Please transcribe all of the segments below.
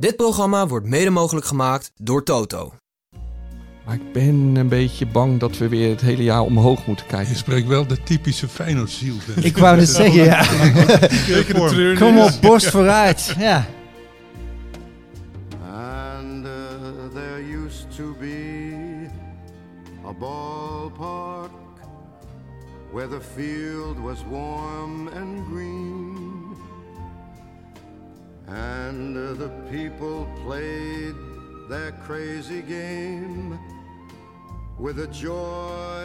Dit programma wordt mede mogelijk gemaakt door Toto. Maar ik ben een beetje bang dat we weer het hele jaar omhoog moeten kijken. Je spreekt wel de typische Feyenoord-ziel. Ik wou het zeggen, ja. Kom op, borst vooruit. Ja. And there used to be a ballpark where the field was warm and green. And the people played their crazy game with a joy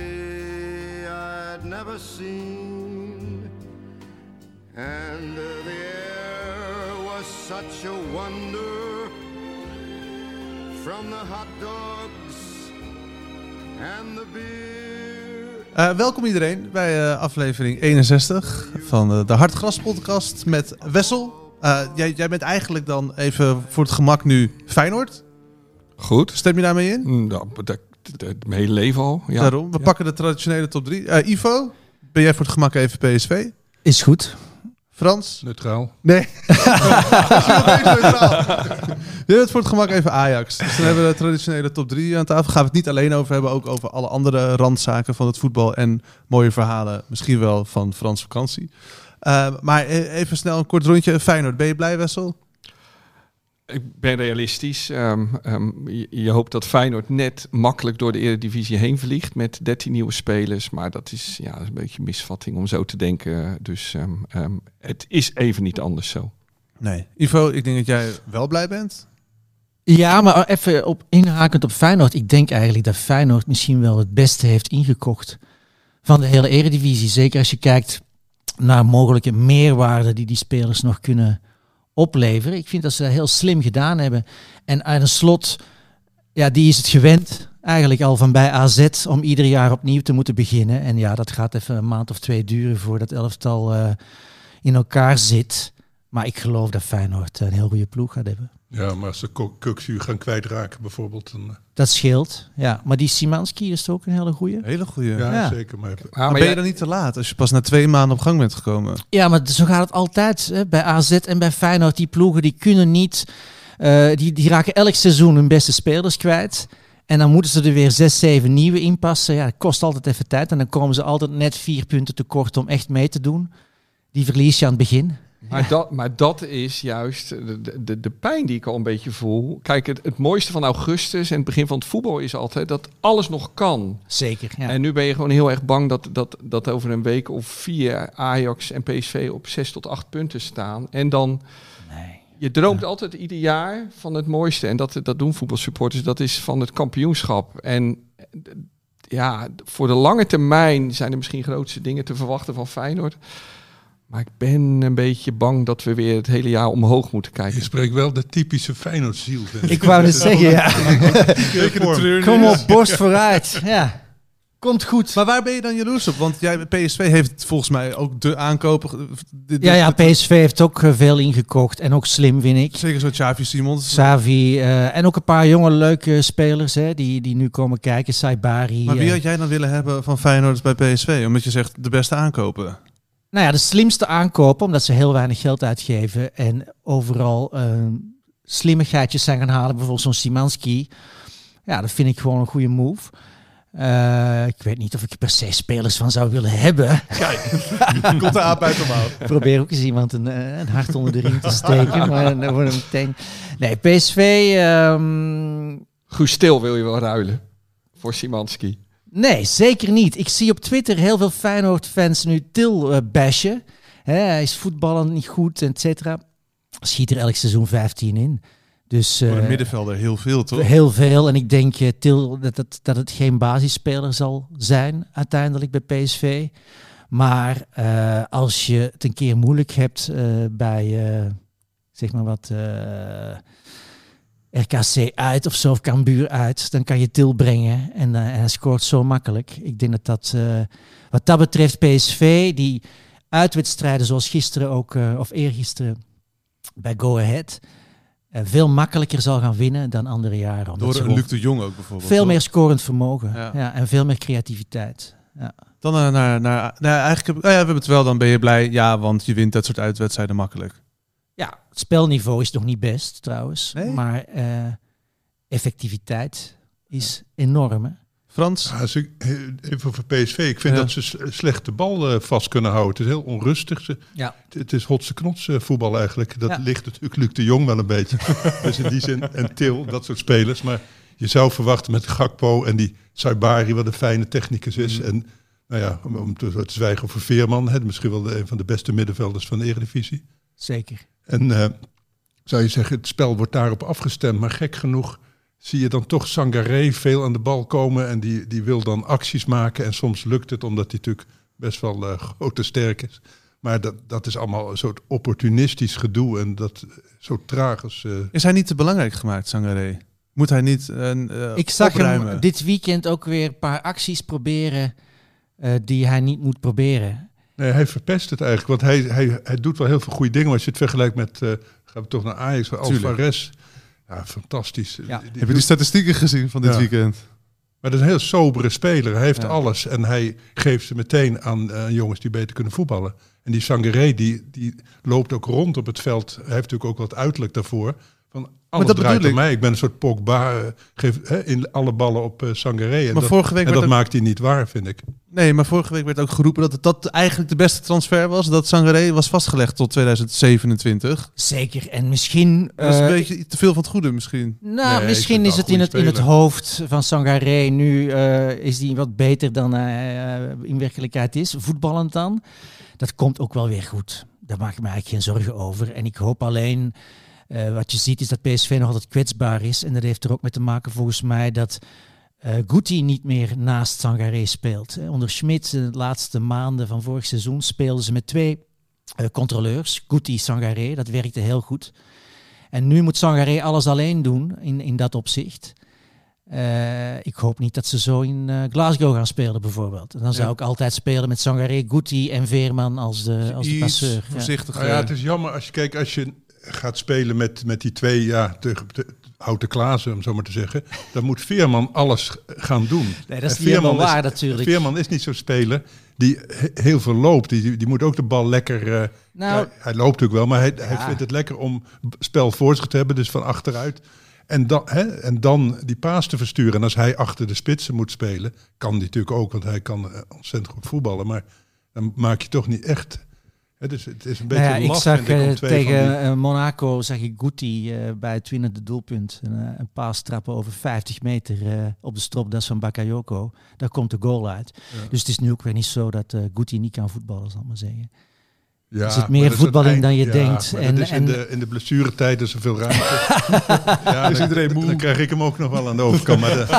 I'd never seen. And the air was such a wonder, from the hot dogs and the beer. Welkom iedereen bij aflevering 61 van de Hartgras podcast met Wessel. Jij bent eigenlijk dan even voor het gemak nu Feyenoord. Goed. Stem je daarmee in? Nou, mijn hele leven al. Ja. Daarom. We pakken de traditionele top 3. Ivo, ben jij voor het gemak even PSV? Is goed. Frans? Neutraal. Nee. Je bent voor het gemak even Ajax. Dus dan hebben we de traditionele top 3 aan tafel. Gaan we het niet alleen over hebben, ook over alle andere randzaken van het voetbal en mooie verhalen. Misschien wel van Frans vakantie. Maar even snel een kort rondje. Feyenoord, ben je blij, Wessel? Ik ben realistisch. Je hoopt dat Feyenoord net makkelijk door de Eredivisie heen vliegt met 13 nieuwe spelers. Maar dat is een beetje een misvatting om zo te denken. Dus het is even niet anders zo. Nee. Ivo, ik denk dat jij wel blij bent. Ja, maar even op inhakend op Feyenoord. Ik denk eigenlijk dat Feyenoord misschien wel het beste heeft ingekocht van de hele Eredivisie. Zeker als je kijkt naar mogelijke meerwaarde die spelers nog kunnen opleveren. Ik vind dat ze dat heel slim gedaan hebben. En aan een Slot, die is het gewend eigenlijk al van bij AZ om ieder jaar opnieuw te moeten beginnen. En ja, dat gaat even een maand of 2 duren voordat het elftal in elkaar zit. Maar ik geloof dat Feyenoord een heel goede ploeg gaat hebben. Ja, maar als ze Kukçu gaan kwijtraken bijvoorbeeld. Dan dat scheelt, ja. Maar die Szymanski is ook een hele goeie. Hele goeie. Ja, zeker. Maar ben je dan niet te laat als je pas na 2 maanden op gang bent gekomen? Ja, maar zo gaat het altijd. Hè. Bij AZ en bij Feyenoord, die ploegen die kunnen niet. Die raken elk seizoen hun beste spelers kwijt. En dan moeten ze er weer 6, 7 nieuwe inpassen. Ja, dat kost altijd even tijd. En dan komen ze altijd net 4 punten tekort om echt mee te doen. Die verlies je aan het begin. Maar dat is juist de pijn die ik al een beetje voel. Kijk, het mooiste van augustus en het begin van het voetbal is altijd dat alles nog kan. Zeker, ja. En nu ben je gewoon heel erg bang dat over een week of 4 Ajax en PSV op 6 tot 8 punten staan. En dan, je droomt altijd ieder jaar van het mooiste. En dat doen voetbalsupporters, dat is van het kampioenschap. En voor de lange termijn zijn er misschien grootste dingen te verwachten van Feyenoord. Maar ik ben een beetje bang dat we weer het hele jaar omhoog moeten kijken. Je spreekt wel de typische Feyenoord-ziel. Ik wou het zeggen, ja. Kom op, borst vooruit. Ja. Komt goed. Maar waar ben je dan jaloers op? Want PSV heeft volgens mij ook de aankopen. PSV heeft ook veel ingekocht. En ook slim, vind ik. Zeker zo Xavi Simons. Xavi. En ook een paar jonge leuke spelers die nu komen kijken. Saibari. Maar wie had jij dan willen hebben van Feyenoord bij PSV? Omdat je zegt de beste aankopen. Nou ja, de slimste aankopen, omdat ze heel weinig geld uitgeven en overal slimmigheidjes zijn gaan halen. Bijvoorbeeld zo'n Szymanski. Ja, dat vind ik gewoon een goede move. Ik weet niet of ik per se spelers van zou willen hebben. Kijk, komt de aap uit de mouw. Ik probeer ook eens iemand een hart onder de riem te steken, maar dan wordt het meteen... Nee, PSV... Goed stil wil je wel ruilen voor Szymanski. Nee, zeker niet. Ik zie op Twitter heel veel Feyenoord-fans nu Til bashen. Hij is voetballend niet goed, et cetera. Schiet er elk seizoen 15 in. Dus, voor de middenvelder heel veel, toch? Heel veel. En ik denk Til dat het geen basisspeler zal zijn uiteindelijk bij PSV. Maar als je het een keer moeilijk hebt bij, zeg maar wat... RKC uit of zo, of Cambuur uit, dan kan je Til brengen en hij scoort zo makkelijk. Ik denk dat wat dat betreft PSV, die uitwedstrijden zoals gisteren ook, of eergisteren bij Go Ahead, veel makkelijker zal gaan winnen dan andere jaren. Door een Luc de Jong ook bijvoorbeeld. Veel meer scorend vermogen en veel meer creativiteit. Ja. Dan naar eigenlijk, we hebben het wel, dan ben je blij, ja, want je wint dat soort uitwedstrijden makkelijk. Ja, het spelniveau is nog niet best trouwens. Nee? Maar effectiviteit is enorm. Hè? Frans? Ja, even over PSV. Ik vind dat ze slecht de bal vast kunnen houden. Het is heel onrustig. Het is hotse knots voetbal eigenlijk. Dat ligt natuurlijk Luc de Jong wel een beetje. Dus in die zin, en Til, dat soort spelers. Maar je zou verwachten met Gakpo en die Saibari, wat een fijne technicus is. En om te zwijgen over Veerman. Misschien wel een van de beste middenvelders van de Eredivisie. Zeker. En zou je zeggen, het spel wordt daarop afgestemd. Maar gek genoeg zie je dan toch Sangaré veel aan de bal komen. En die wil dan acties maken. En soms lukt het, omdat hij natuurlijk best wel groot en sterk is. Maar dat is allemaal een soort opportunistisch gedoe. En dat zo tragisch. Is hij niet te belangrijk gemaakt, Sangaré? Moet hij niet Ik zag opruimen? hem dit weekend ook weer een paar acties proberen die hij niet moet proberen. Nee, hij verpest het eigenlijk. Want hij doet wel heel veel goede dingen. Maar als je het vergelijkt met, gaan we toch naar Ajax, van Alvarez. Ja, fantastisch. Ja. Heb je die statistieken gezien van dit weekend? Maar dat is een heel sobere speler. Hij heeft alles. En hij geeft ze meteen aan jongens die beter kunnen voetballen. En die Sangaré, die loopt ook rond op het veld. Hij heeft natuurlijk ook wat uiterlijk daarvoor. Van alles dat draait bedoel om mij. Ik ben een soort Pogba. Geef in alle ballen op Sangaré. En Maar vorige week dat maakt hij niet waar, vind ik. Nee, maar vorige week werd ook geroepen dat eigenlijk de beste transfer was. Dat Sangaré was vastgelegd tot 2027. Zeker. En misschien... Dat is een beetje te veel van het goede misschien. Nou, Nee, misschien is het in het hoofd van Sangaré. Nu is hij wat beter dan hij in werkelijkheid is. Voetballend dan. Dat komt ook wel weer goed. Daar maak ik me eigenlijk geen zorgen over. En ik hoop alleen... wat je ziet is dat PSV nog altijd kwetsbaar is. En dat heeft er ook mee te maken volgens mij dat Guti niet meer naast Sangaré speelt. Onder Schmidt, de laatste maanden van vorig seizoen, speelden ze met 2 controleurs. Guti, Sangaré, dat werkte heel goed. En nu moet Sangaré alles alleen doen in dat opzicht. Ik hoop niet dat ze zo in Glasgow gaan spelen bijvoorbeeld. En dan zou ik altijd spelen met Sangaré, Guti en Veerman als de passeur. Voorzichtig. Nou ja, het is jammer als je gaat spelen met die 2, Houten Klaassen, om zo maar te zeggen. Dan moet Veerman alles gaan doen. Nee, dat is niet helemaal waar natuurlijk. Veerman is niet zo'n speler die heel veel loopt. Die moet ook de bal lekker... hij loopt natuurlijk wel, maar hij vindt het lekker om spel voor zich te hebben. Dus van achteruit. En dan die paas te versturen. En als hij achter de spitsen moet spelen, kan hij natuurlijk ook. Want hij kan ontzettend goed voetballen. Maar dan maak je toch niet echt... Dus het is een beetje ik last, zag tegen Monaco zag ik Guti bij het winnende doelpunt een paas trappen over 50 meter op de stropdas van Bakayoko. Daar komt de goal uit. Ja. Dus het is nu ook weer niet zo dat Guti niet kan voetballen, zal ik maar zeggen. Ja, er zit meer voetballing dan je denkt. In de blessuretijd is er veel ruimte. Dus iedereen moe. Dan krijg ik hem ook nog wel aan de overkant.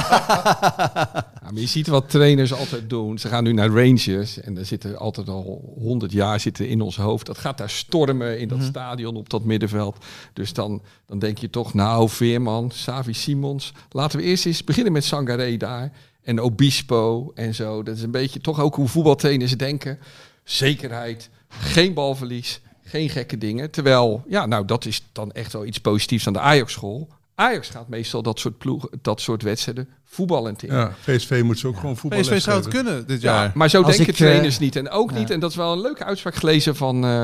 Maar je ziet wat trainers altijd doen. Ze gaan nu naar Rangers en er zitten altijd al 100 jaar zitten in ons hoofd. Dat gaat daar stormen in dat stadion op dat middenveld. Dus dan denk je toch, nou Veerman, Xavi Simons. Laten we eerst eens beginnen met Sangaré daar. En Obispo en zo. Dat is een beetje toch ook hoe voetbaltrainers denken. Zekerheid, geen balverlies, geen gekke dingen. Terwijl, dat is dan echt wel iets positiefs aan de Ajax-school. Ajax gaat meestal dat soort wedstrijden voetballend in. Ja, PSV moet ze ook gewoon voetballen. PSV zou het kunnen dit jaar. Maar zo denken trainers niet. En ook niet, en dat is wel een leuke uitspraak gelezen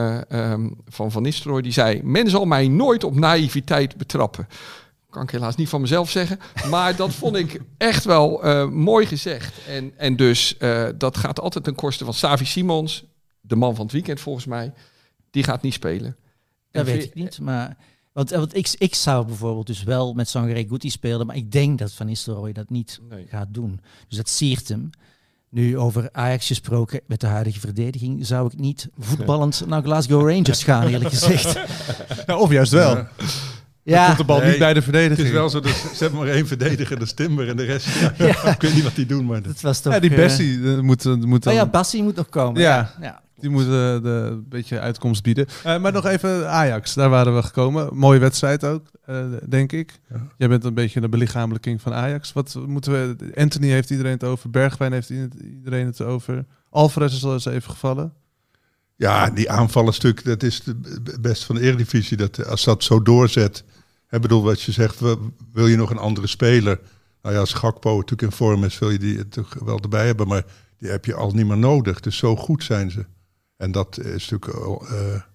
van Nistelrooy. Die zei, men zal mij nooit op naïviteit betrappen. Kan ik helaas niet van mezelf zeggen. Maar dat vond ik echt wel mooi gezegd. En dus dat gaat altijd ten koste van Xavi Simons, de man van het weekend volgens mij. Die gaat niet spelen. Dat weet ik niet, maar... Want ik zou bijvoorbeeld dus wel met Sangaré Guti spelen, maar ik denk dat Van Nistelrooy dat niet gaat doen. Dus dat siert hem. Nu over Ajax gesproken, met de huidige verdediging, zou ik niet voetballend naar Glasgow Rangers gaan, eerlijk gezegd. Nou, of juist wel. Dan komt de bal niet bij de verdediging. Het is wel zo, ze hebben maar 1 verdediger, dat is Timber en de rest. Ik weet niet wat die doen, maar... Dat was toch, die Bessie moet dan... Bassie moet nog komen. Ja. Die moet een beetje uitkomst bieden. Maar nog even Ajax, daar waren we gekomen. Mooie wedstrijd ook, denk ik. Ja. Jij bent een beetje de belichamelijking van Ajax. Wat moeten we... Anthony heeft iedereen het over. Bergwijn heeft iedereen het over. Alvarez is al eens even gevallen. Ja, die aanvallenstuk, dat is het beste van de Eredivisie. Dat, als dat zo doorzet... Ik bedoel, wat je zegt, wil je nog een andere speler? Nou ja, als Gakpo natuurlijk in vorm is, wil je die toch wel erbij hebben. Maar die heb je al niet meer nodig. Dus zo goed zijn ze. En dat is natuurlijk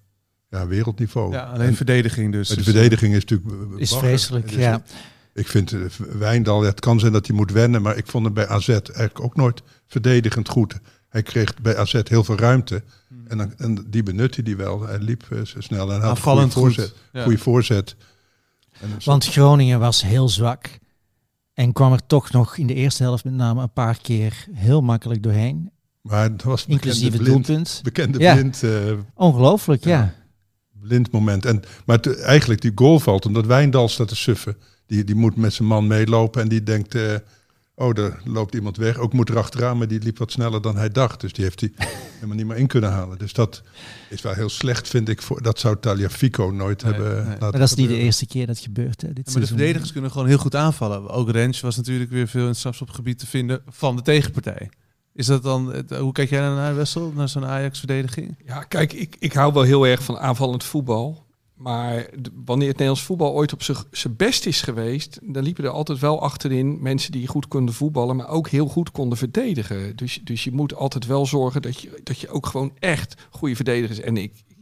wereldniveau. Ja, alleen verdediging dus. De verdediging is natuurlijk... Is vreselijk, ja. Ik vind Wijndal, het kan zijn dat hij moet wennen, maar ik vond hem bij AZ eigenlijk ook nooit verdedigend goed. Hij kreeg bij AZ heel veel ruimte en die benutte hij wel. Hij liep snel en had een goede voorzet. Want Groningen was heel zwak en kwam er toch nog in de eerste helft met name een paar keer heel makkelijk doorheen. Maar het was inclusief het doelpunt. Bekende blind. Ongelooflijk, ja. Blind moment. Maar eigenlijk die goal valt omdat Wijndal staat te suffen. Die moet met zijn man meelopen en die denkt... daar loopt iemand weg. Ook moet er achteraan, maar die liep wat sneller dan hij dacht. Dus die heeft hij helemaal niet meer in kunnen halen. Dus dat is wel heel slecht, vind ik. Dat zou Tagliafico nooit hebben laten Maar dat is niet gebeuren. de eerste keer dat gebeurt. Hè, dit maar de verdedigers kunnen gewoon heel goed aanvallen. Ook Rens was natuurlijk weer veel in het strafschopgebied te vinden van de tegenpartij. Is dat dan... Hoe kijk jij naar Wessel, naar zo'n Ajax-verdediging? Ja, kijk, ik hou wel heel erg van aanvallend voetbal. Maar wanneer het Nederlands voetbal ooit op zijn best is geweest, dan liepen er altijd wel achterin mensen die goed konden voetballen, maar ook heel goed konden verdedigen. Dus je moet altijd wel zorgen dat je ook gewoon echt goede verdedigers... En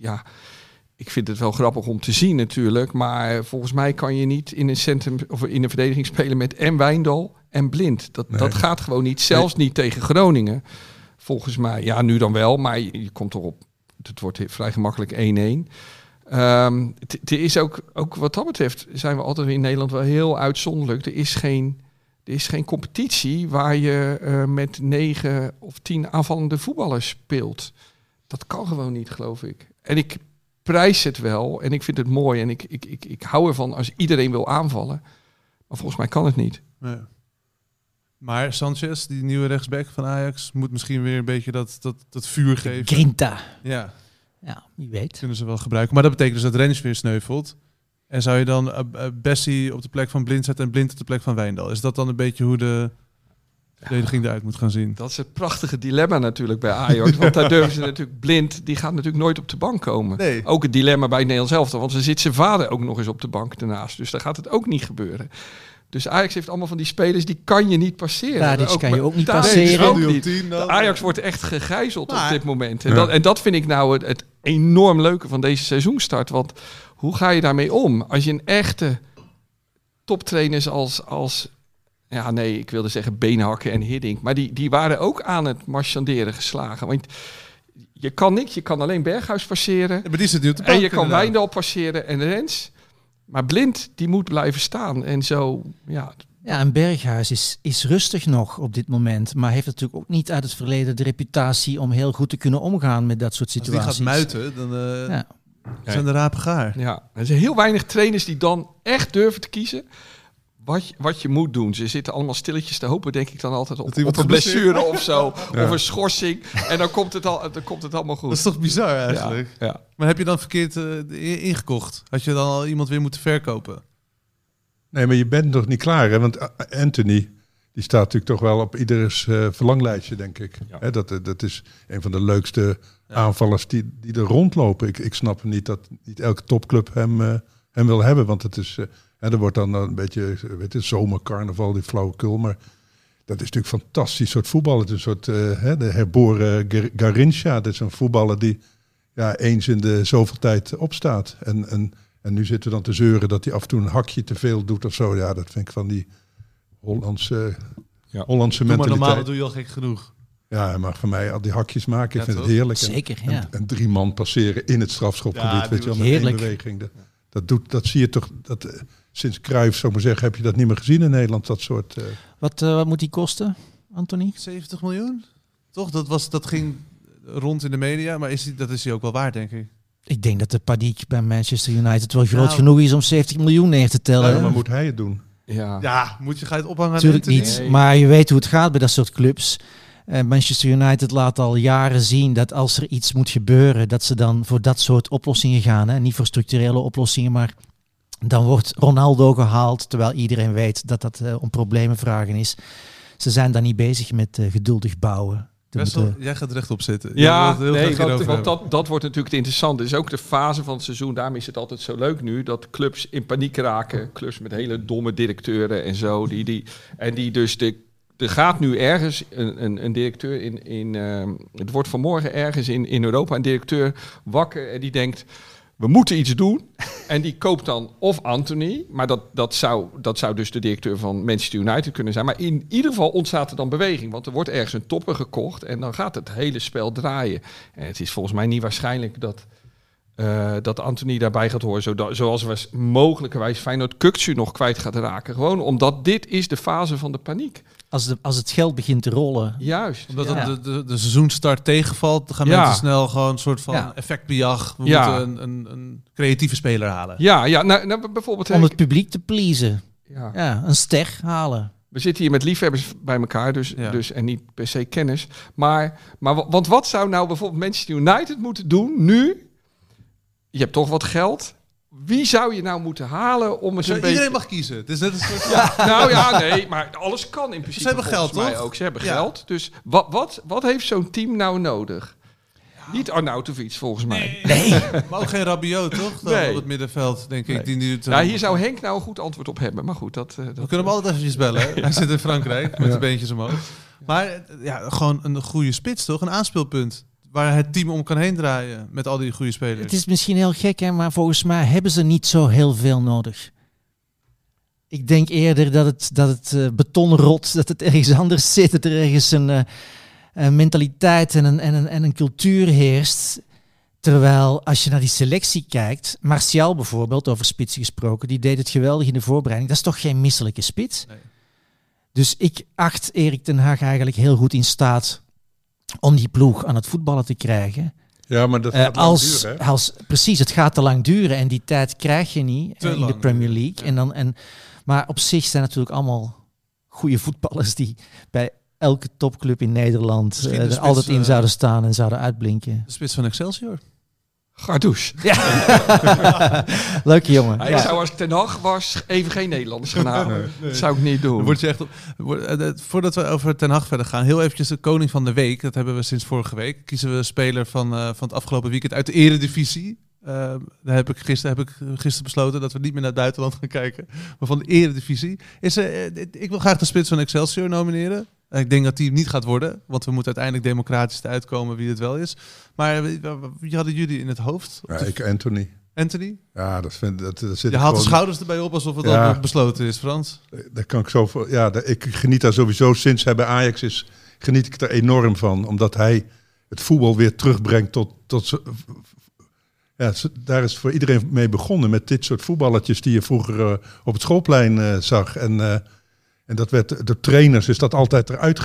ik vind het wel grappig om te zien natuurlijk, maar volgens mij kan je niet in een centrum of in een verdediging spelen met en Wijndal en Blind. Dat gaat gewoon niet, zelfs niet tegen Groningen. Volgens mij, ja, nu dan wel, maar je komt erop. Het wordt vrij gemakkelijk 1-1. Het is ook wat dat betreft zijn we altijd in Nederland wel heel uitzonderlijk. Er is geen competitie waar je met 9 of 10 aanvallende voetballers speelt. Dat kan gewoon niet, geloof ik. En ik prijs het wel en ik vind het mooi en ik hou ervan als iedereen wil aanvallen. Maar volgens mij kan het niet. Nee. Maar Sanchez, die nieuwe rechtsback van Ajax, moet misschien weer een beetje dat vuur geven. Grinta. Ja. Ja, wie weet. Kunnen ze wel gebruiken. Maar dat betekent dus dat Rens weer sneuvelt. En zou je dan Bessie op de plek van Blind zetten en Blind op de plek van Wijndal? Is dat dan een beetje hoe de verdediging eruit moet gaan zien? Dat is het prachtige dilemma natuurlijk bij Ajax. Want daar durven ze natuurlijk Blind, die gaat natuurlijk nooit op de bank komen. Nee. Ook het dilemma bij het Nederlands elftal, want dan zit zijn vader ook nog eens op de bank ernaast. Dus daar gaat het ook niet gebeuren. Dus Ajax heeft allemaal van die spelers, die kan je niet passeren. Tadic kan je ook niet Tadic passeren. ook niet. De Ajax wordt echt gegijzeld op dit moment. En dat vind ik nou het enorm leuke van deze seizoenstart. Want hoe ga je daarmee om? Als je een echte toptrainers als ik wilde zeggen Beenhakker en Hiddink, maar die waren ook aan het marchanderen geslagen. Want je kan niks, je kan alleen Berghuis passeren. Ja, maar die zit nu op de bank, en je kan inderdaad. Wijndal passeren en Rens. Maar Blind, die moet blijven staan. En zo, ja. Ja, en Berghuis is rustig nog op dit moment. Maar heeft natuurlijk ook niet uit het verleden de reputatie om heel goed te kunnen omgaan met dat soort situaties. Als die gaat muiten, dan zijn de rapen gaar. Ja, er zijn heel weinig trainers die dan echt durven te kiezen wat je moet doen. Ze zitten allemaal stilletjes te hopen, denk ik dan altijd op een blessure of zo. Of een schorsing. En dan komt het allemaal goed. Dat is toch bizar eigenlijk? Ja. Maar heb je dan verkeerd ingekocht? Had je dan al iemand weer moeten verkopen? Nee, maar je bent nog niet klaar. Hè? Want Anthony, die staat natuurlijk toch wel op ieders verlanglijstje, denk ik. Ja. Hè, dat is een van de leukste aanvallers die er rondlopen. Ik snap niet dat niet elke topclub hem wil hebben. Want het is... er wordt dan een beetje, zomercarnaval, die flauwekul. Maar dat is natuurlijk fantastisch soort voetbal. Het is een soort de herboren Garrincha. Dat is een voetballer die eens in de zoveel tijd opstaat. En nu zitten we dan te zeuren dat hij af en toe een hakje te veel doet of zo. Ja, dat vind ik van die Hollandse mentaliteit. Maar normaal doe je al gek genoeg. Ja, hij mag van mij al die hakjes maken. Ik vind het heerlijk. Zeker, en 3 man passeren in het strafschopgebied. Ja, weet je wel, met heerlijk. 1 beweging. Dat zie je toch... sinds Cruijff, zou ik maar zeggen, heb je dat niet meer gezien in Nederland. Dat soort... Wat moet die kosten, Anthony? 70 miljoen? Toch? Dat ging rond in de media. Maar dat is hij ook wel waard, denk ik. Ik denk dat de paniek bij Manchester United wel groot genoeg is om 70 miljoen neer te tellen. Ja, maar moet hij het doen? Ja. Ja, ga je het ophangen? Natuurlijk niet, Nee. maar je weet hoe het gaat bij dat soort clubs. Manchester United laat al jaren zien dat als er iets moet gebeuren, dat ze dan voor dat soort oplossingen gaan. Hè? Niet voor structurele oplossingen, maar dan wordt Ronaldo gehaald, terwijl iedereen weet dat dat om problemen vragen is. Ze zijn daar niet bezig met geduldig bouwen. Wessel, jij gaat rechtop zitten. Ja, want dat wordt natuurlijk het interessante. Het is ook de fase van het seizoen. Daarom is het altijd zo leuk nu dat clubs in paniek raken. Clubs met hele domme directeuren en zo. Er gaat nu ergens een directeur het wordt vanmorgen ergens in Europa een directeur wakker en die denkt, we moeten iets doen. En die koopt dan of Anthony, maar dat zou dus de directeur van Manchester United kunnen zijn. Maar in ieder geval ontstaat er dan beweging, want er wordt ergens een topper gekocht en dan gaat het hele spel draaien. En het is volgens mij niet waarschijnlijk dat Anthony daarbij gaat horen, zoals we mogelijkerwijs Feyenoord Kökçü nog kwijt gaat raken. Gewoon omdat dit is de fase van de paniek. Als het geld begint te rollen. Juist. Omdat de seizoenstart tegenvalt, dan gaan mensen snel gewoon een soort van effectbejag. We moeten een creatieve speler halen. Ja, nou bijvoorbeeld... Om het publiek te pleasen. Ja, een ster halen. We zitten hier met liefhebbers bij elkaar, dus en niet per se kennis. Maar want wat zou nou bijvoorbeeld Manchester United moeten doen nu? Je hebt toch wat geld. Wie zou je nou moeten halen om eens een beetje... Iedereen mag kiezen. Het is net een soort... maar alles kan in principe. Ze hebben geld, toch? Ook. Ze hebben geld. Dus wat heeft zo'n team nou nodig? Niet Arnautovic volgens mij. Nee. Maar ook geen Rabiot, toch? Dan op het middenveld, denk ik. Die nu hier zou Henk nou een goed antwoord op hebben. Maar goed, we kunnen hem altijd eventjes bellen. Hè? Hij zit in Frankrijk met de beentjes omhoog. Maar gewoon een goede spits, toch? Een aanspeelpunt. Waar het team om kan heen draaien met al die goede spelers. Het is misschien heel gek, hè, maar volgens mij hebben ze niet zo heel veel nodig. Ik denk eerder dat het beton rot, dat het ergens anders zit. Dat er ergens een mentaliteit en een cultuur heerst. Terwijl als je naar die selectie kijkt, Martial bijvoorbeeld, over spitsen gesproken, die deed het geweldig in de voorbereiding. Dat is toch geen misselijke spits? Nee. Dus ik acht Erik ten Hag eigenlijk heel goed in staat om die ploeg aan het voetballen te krijgen. Ja, maar dat gaat lang duren, hè? Precies, het gaat te lang duren en die tijd krijg je niet in de Premier League. Ja. Maar op zich zijn natuurlijk allemaal goede voetballers die bij elke topclub in Nederland er altijd in zouden staan en zouden uitblinken. De spits van Excelsior. Gardouche. Ja. Leuke jongen. Hij zou als Ten Hag was even geen Nederlanders gaan halen. Nee. Dat zou ik niet doen. Word je echt voordat we over Ten Hag verder gaan, heel eventjes de koning van de week. Dat hebben we sinds vorige week. Kiezen we een speler van het afgelopen weekend uit de Eredivisie. Daar heb ik gisteren besloten dat we niet meer naar het buitenland gaan kijken. Maar van de Eredivisie. Ik wil graag de spits van Excelsior nomineren. Ik denk dat die niet gaat worden, want we moeten uiteindelijk democratisch uitkomen wie het wel is. Maar wie hadden jullie in het hoofd? Ja, ik Anthony. Anthony? Ja, dat zit. Je haalt de schouders erbij op alsof het al besloten is, Frans. Daar kan ik zo voor. Ja, ik geniet daar sowieso sinds hij bij Ajax is. Geniet ik er enorm van, omdat hij het voetbal weer terugbrengt tot daar is voor iedereen mee begonnen met dit soort voetballetjes die je vroeger op het schoolplein zag. En dat werd de trainers is dat altijd eruit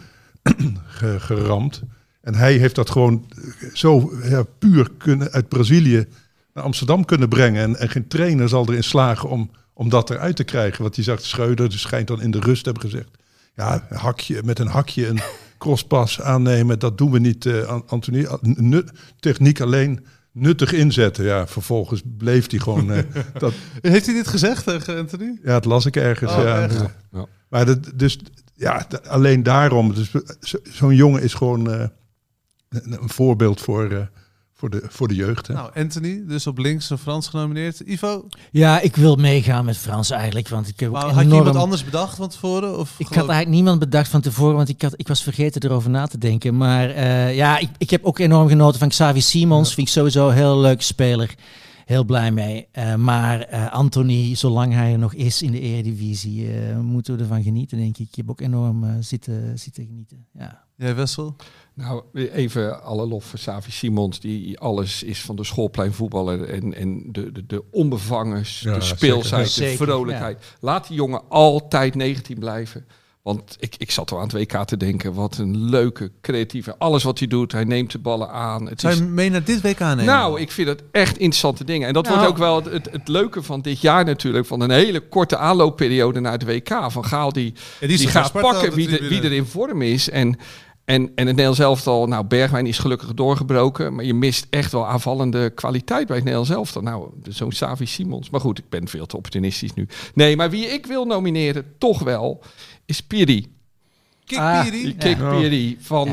geramd. En hij heeft dat gewoon zo puur uit Brazilië naar Amsterdam kunnen brengen. En geen trainer zal erin slagen om dat eruit te krijgen. Want die zag Schreuder, dus schijnt dan in de rust hebben gezegd. Ja, met een hakje een crosspas aannemen, dat doen we niet, Anthony. Techniek alleen nuttig inzetten. Ja, vervolgens bleef hij gewoon... dat... Heeft hij dit gezegd tegen Anthony? Ja, het las ik ergens. Ja. Maar alleen daarom. Dus zo'n jongen is gewoon een voorbeeld voor de jeugd. Hè? Nou, Anthony, dus op links en Frans genomineerd. Ivo? Ja, ik wil meegaan met Frans eigenlijk. Want ik heb had je iemand anders bedacht van tevoren? Of ik had eigenlijk niemand bedacht van tevoren, want ik was vergeten erover na te denken. Maar ik heb ook enorm genoten van Xavi Simons. Ja. Vind ik sowieso een heel leuke speler. Heel blij mee. Maar Anthony, zolang hij er nog is in de Eredivisie, moeten we ervan genieten, denk ik. Ik heb ook enorm zitten genieten. Ja. Jij, Wessel? Nou, even alle lof voor Xavi Simons, die alles is van de schoolpleinvoetballer en de onbevangen, de speelsheid, de vrolijkheid. Ja. Laat die jongen altijd 19 blijven. Want ik zat al aan het WK te denken, wat een leuke, creatieve, alles wat hij doet, hij neemt de ballen aan. Zou je mee naar dit WK nemen? Nou, ik vind het echt interessante dingen. En dat wordt ook wel het leuke van dit jaar natuurlijk, van een hele korte aanloopperiode naar het WK. Van Gaal die gaat pakken wie er in vorm is. En het Nederlands elftal, nou, Bergwijn is gelukkig doorgebroken, maar je mist echt wel aanvallende kwaliteit bij het Nederlands elftal. Nou, zo'n Xavi Simons. Maar goed, ik ben veel te opportunistisch nu. Nee, maar wie ik wil nomineren, toch wel, is Piri. Kikpiri. Kikpiri van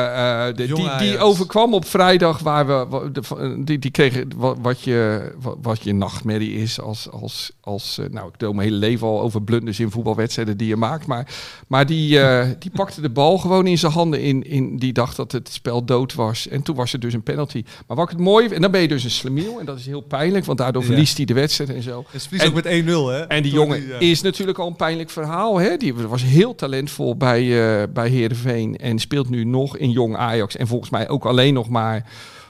die overkwam op vrijdag, waar die kregen wat je nachtmerrie is als nou, ik doe mijn hele leven al over blunders in voetbalwedstrijden die je maakt, maar die pakte de bal gewoon in zijn handen in die dacht dat het spel dood was en toen was er dus een penalty. Maar wat ik het mooi en dan ben je dus een slemiel en dat is heel pijnlijk, want daardoor verliest hij de wedstrijd en zo. Het verliest ook met 1-0, hè? En die jongen is natuurlijk al een pijnlijk verhaal, hè? Die was heel talentvol bij Heerenveen en speelt nu nog in jong Ajax. En volgens mij ook alleen nog maar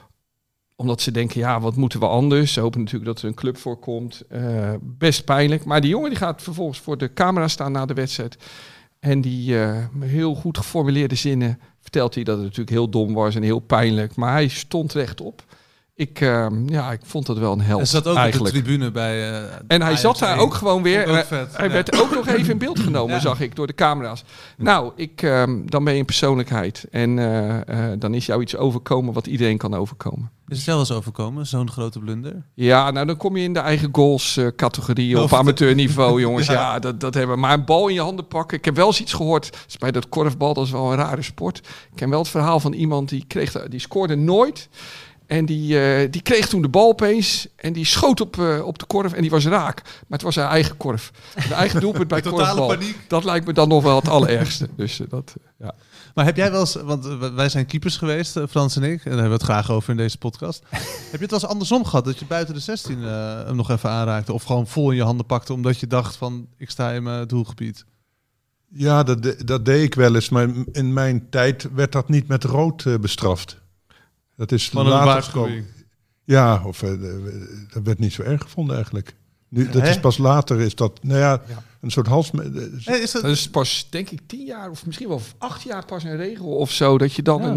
omdat ze denken, ja, wat moeten we anders? Ze hopen natuurlijk dat er een club voor komt. Best pijnlijk. Maar die jongen die gaat vervolgens voor de camera staan na de wedstrijd. En die met heel goed geformuleerde zinnen vertelt hij dat het natuurlijk heel dom was en heel pijnlijk. Maar hij stond rechtop. Ik vond dat wel een held. Hij zat ook eigenlijk op de tribune bij en hij zat daar ook gewoon weer. Hij werd ook nog even in beeld genomen, zag ik, door de camera's. Nou, dan ben je een persoonlijkheid. En dan is jou iets overkomen wat iedereen kan overkomen. Is het wel eens overkomen, zo'n grote blunder? Ja, nou dan kom je in de eigen goals categorie op amateurniveau, jongens. Ja, dat hebben we. Maar een bal in je handen pakken. Ik heb wel eens iets gehoord. Dus bij dat korfbal, dat is wel een rare sport. Ik ken wel het verhaal van iemand die scoorde nooit. En die kreeg toen de bal opeens en die schoot op de korf en die was raak. Maar het was haar eigen korf. De eigen doelpunt bij korfbal. Paniek. Dat lijkt me dan nog wel het allerergste. Dus ja. Maar heb jij wel eens, want wij zijn keepers geweest, Frans en ik, en daar hebben we het graag over in deze podcast. Heb je het wel eens andersom gehad, dat je buiten de 16 hem nog even aanraakte of gewoon vol in je handen pakte omdat je dacht van, ik sta in mijn doelgebied? Ja, dat deed ik wel eens, maar in mijn tijd werd dat niet met rood bestraft. Dat is van een waarschuwing. Ja, of dat werd niet zo erg gevonden eigenlijk. Nu, dat is pas later, is dat, een soort hals. Dat is pas, denk ik, 10 jaar of misschien wel 8 jaar pas een regel of zo, dat je dan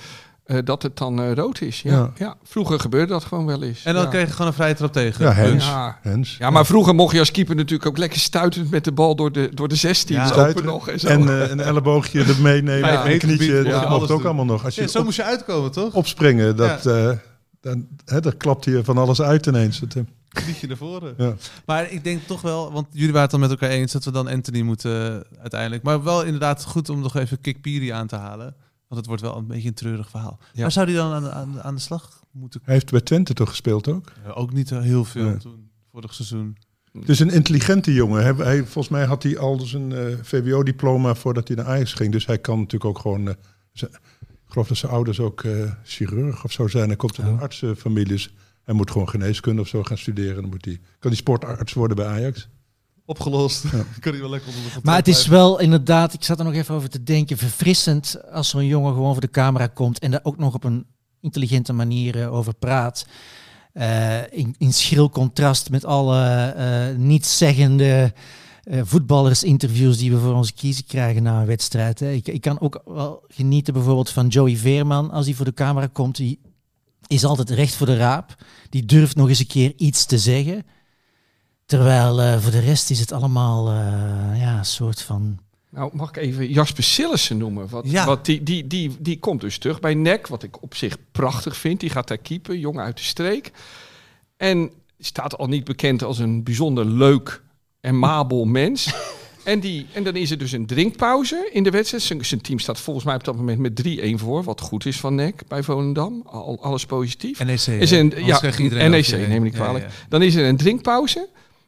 dat het dan rood is. Ja. Vroeger gebeurde dat gewoon wel eens. En dan kreeg je gewoon een vrije trap tegen. Ja, Hens. Ja, maar vroeger mocht je als keeper natuurlijk ook lekker stuitend met de bal door de 16. Ja, open nog en zo. En een elleboogje er meenemen. Ja, een knietje, dat mocht ook allemaal nog. Als je zo moest je uitkomen, toch? Opspringen, dan klapt hier van alles uit ineens. Liedje naar voren. Ja. Maar ik denk toch wel, want jullie waren het dan met elkaar eens dat we dan Anthony moeten uiteindelijk. Maar wel inderdaad goed om nog even Kikpiri aan te halen. Want het wordt wel een beetje een treurig verhaal. Ja. Waar zou hij dan aan de slag moeten? Hij heeft bij Twente toch gespeeld ook? Ja, ook niet heel veel toen, vorig seizoen. Het is een intelligente jongen. Volgens mij had hij al zijn VWO-diploma voordat hij naar Ajax ging. Dus hij kan natuurlijk ook gewoon... ik geloof dat zijn ouders ook chirurg of zo zijn. Hij komt uit een artsenfamilie. Dus hij moet gewoon geneeskunde of zo gaan studeren. Dan kan hij sportarts worden bij Ajax. Opgelost. Ja. Kan hij wel lekker onder de maar het is wel inderdaad, ik zat er nog even over te denken, verfrissend als zo'n jongen gewoon voor de camera komt en daar ook nog op een intelligente manier over praat. In schril contrast met alle nietszeggende voetballersinterviews die we voor onze kiezen krijgen na een wedstrijd. Hè. Ik kan ook wel genieten bijvoorbeeld van Joey Veerman als hij voor de camera komt. Die is altijd recht voor de raap. Die durft nog eens een keer iets te zeggen. Terwijl voor de rest is het allemaal een soort van... Nou, mag ik even Jasper Sillissen noemen? Die komt dus terug bij NEC, wat ik op zich prachtig vind. Die gaat daar keeper, jong uit de streek. En staat al niet bekend als een bijzonder leuk en mabel mens. En dan is er dus een drinkpauze in de wedstrijd. Zijn team staat volgens mij op dat moment met 3-1 voor. Wat goed is van NEC bij Volendam. Alles positief. NEC, NEC, neem ik niet kwalijk. Ja. Dan is er een drinkpauze.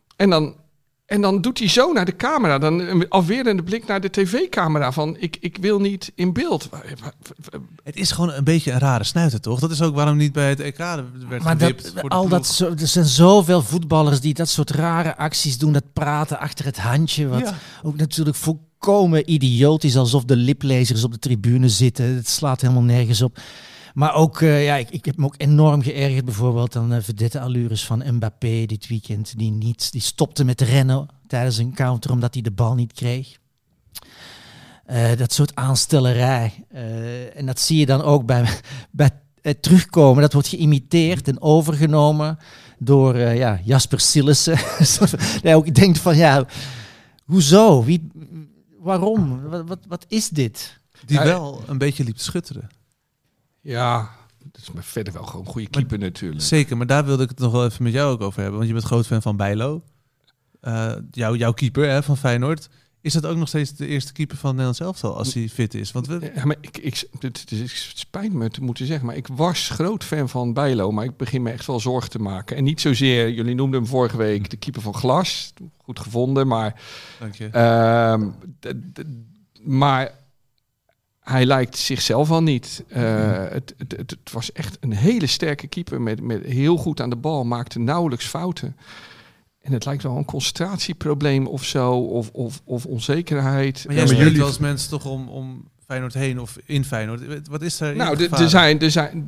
En dan doet hij zo naar de camera. Dan een afwerende blik naar de tv-camera van ik wil niet in beeld. Het is gewoon een beetje een rare snuiter, toch? Dat is ook waarom niet bij het EK werd gewipt. Er zijn zoveel voetballers die dat soort rare acties doen. Dat praten achter het handje. Wat ook natuurlijk volkomen idioot is. Alsof de liplezers op de tribune zitten. Het slaat helemaal nergens op. Maar ook, ik heb me ook enorm geërgerd bijvoorbeeld aan verdette allures van Mbappé dit weekend. Die stopte met rennen tijdens een counter omdat hij de bal niet kreeg. Dat soort aanstellerij. En dat zie je dan ook bij terugkomen. Dat wordt geïmiteerd en overgenomen door Jasper Sillissen. Die ook denkt van, hoezo? Waarom? Wat is dit? Die wel een beetje liep te schutteren. Ja, dat is maar verder wel gewoon een goede keeper natuurlijk. Zeker, maar daar wilde ik het nog wel even met jou ook over hebben. Want je bent groot fan van Bijlo. Jouw keeper van Feyenoord. Is dat ook nog steeds de eerste keeper van Nederland elftal als hij fit is? Want maar het spijt me te moeten zeggen, maar ik was groot fan van Bijlo, maar ik begin me echt wel zorgen te maken. En niet zozeer, jullie noemden hem vorige week de keeper van Glas, goed gevonden, maar... Dank je. Maar hij lijkt zichzelf al niet. Het was echt een hele sterke keeper met heel goed aan de bal, maakte nauwelijks fouten. En het lijkt wel een concentratieprobleem of zo, of onzekerheid. Maar jij spreekt wel eens mensen toch om Feyenoord heen of in Feyenoord. Wat is er? Nou, er zijn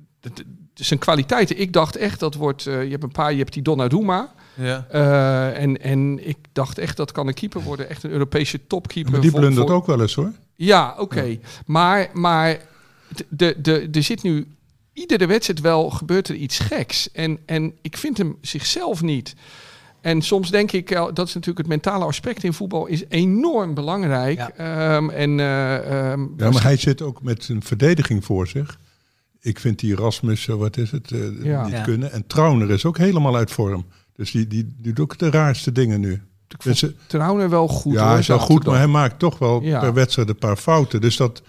zijn kwaliteiten. Ik dacht echt, dat wordt... je hebt die Donnarumma. Ja. En ik dacht echt, dat kan een keeper worden. Echt een Europese topkeeper. Maar die blundert ook wel eens, hoor. Ja, oké. Ja. Maar er zit nu... Iedere wedstrijd wel gebeurt er iets geks. En ik vind hem zichzelf niet. En soms denk ik, dat is natuurlijk het mentale aspect in voetbal, is enorm belangrijk. Ja, maar hij zit ook met een verdediging voor zich. Ik vind die Rasmus, niet kunnen. En Trauner is ook helemaal uit vorm. Dus die doet ook de raarste dingen nu. Ik vond Trauner wel goed. Ja, hij is wel goed, maar hij maakt toch wel per wedstrijd een paar fouten. Dus dat...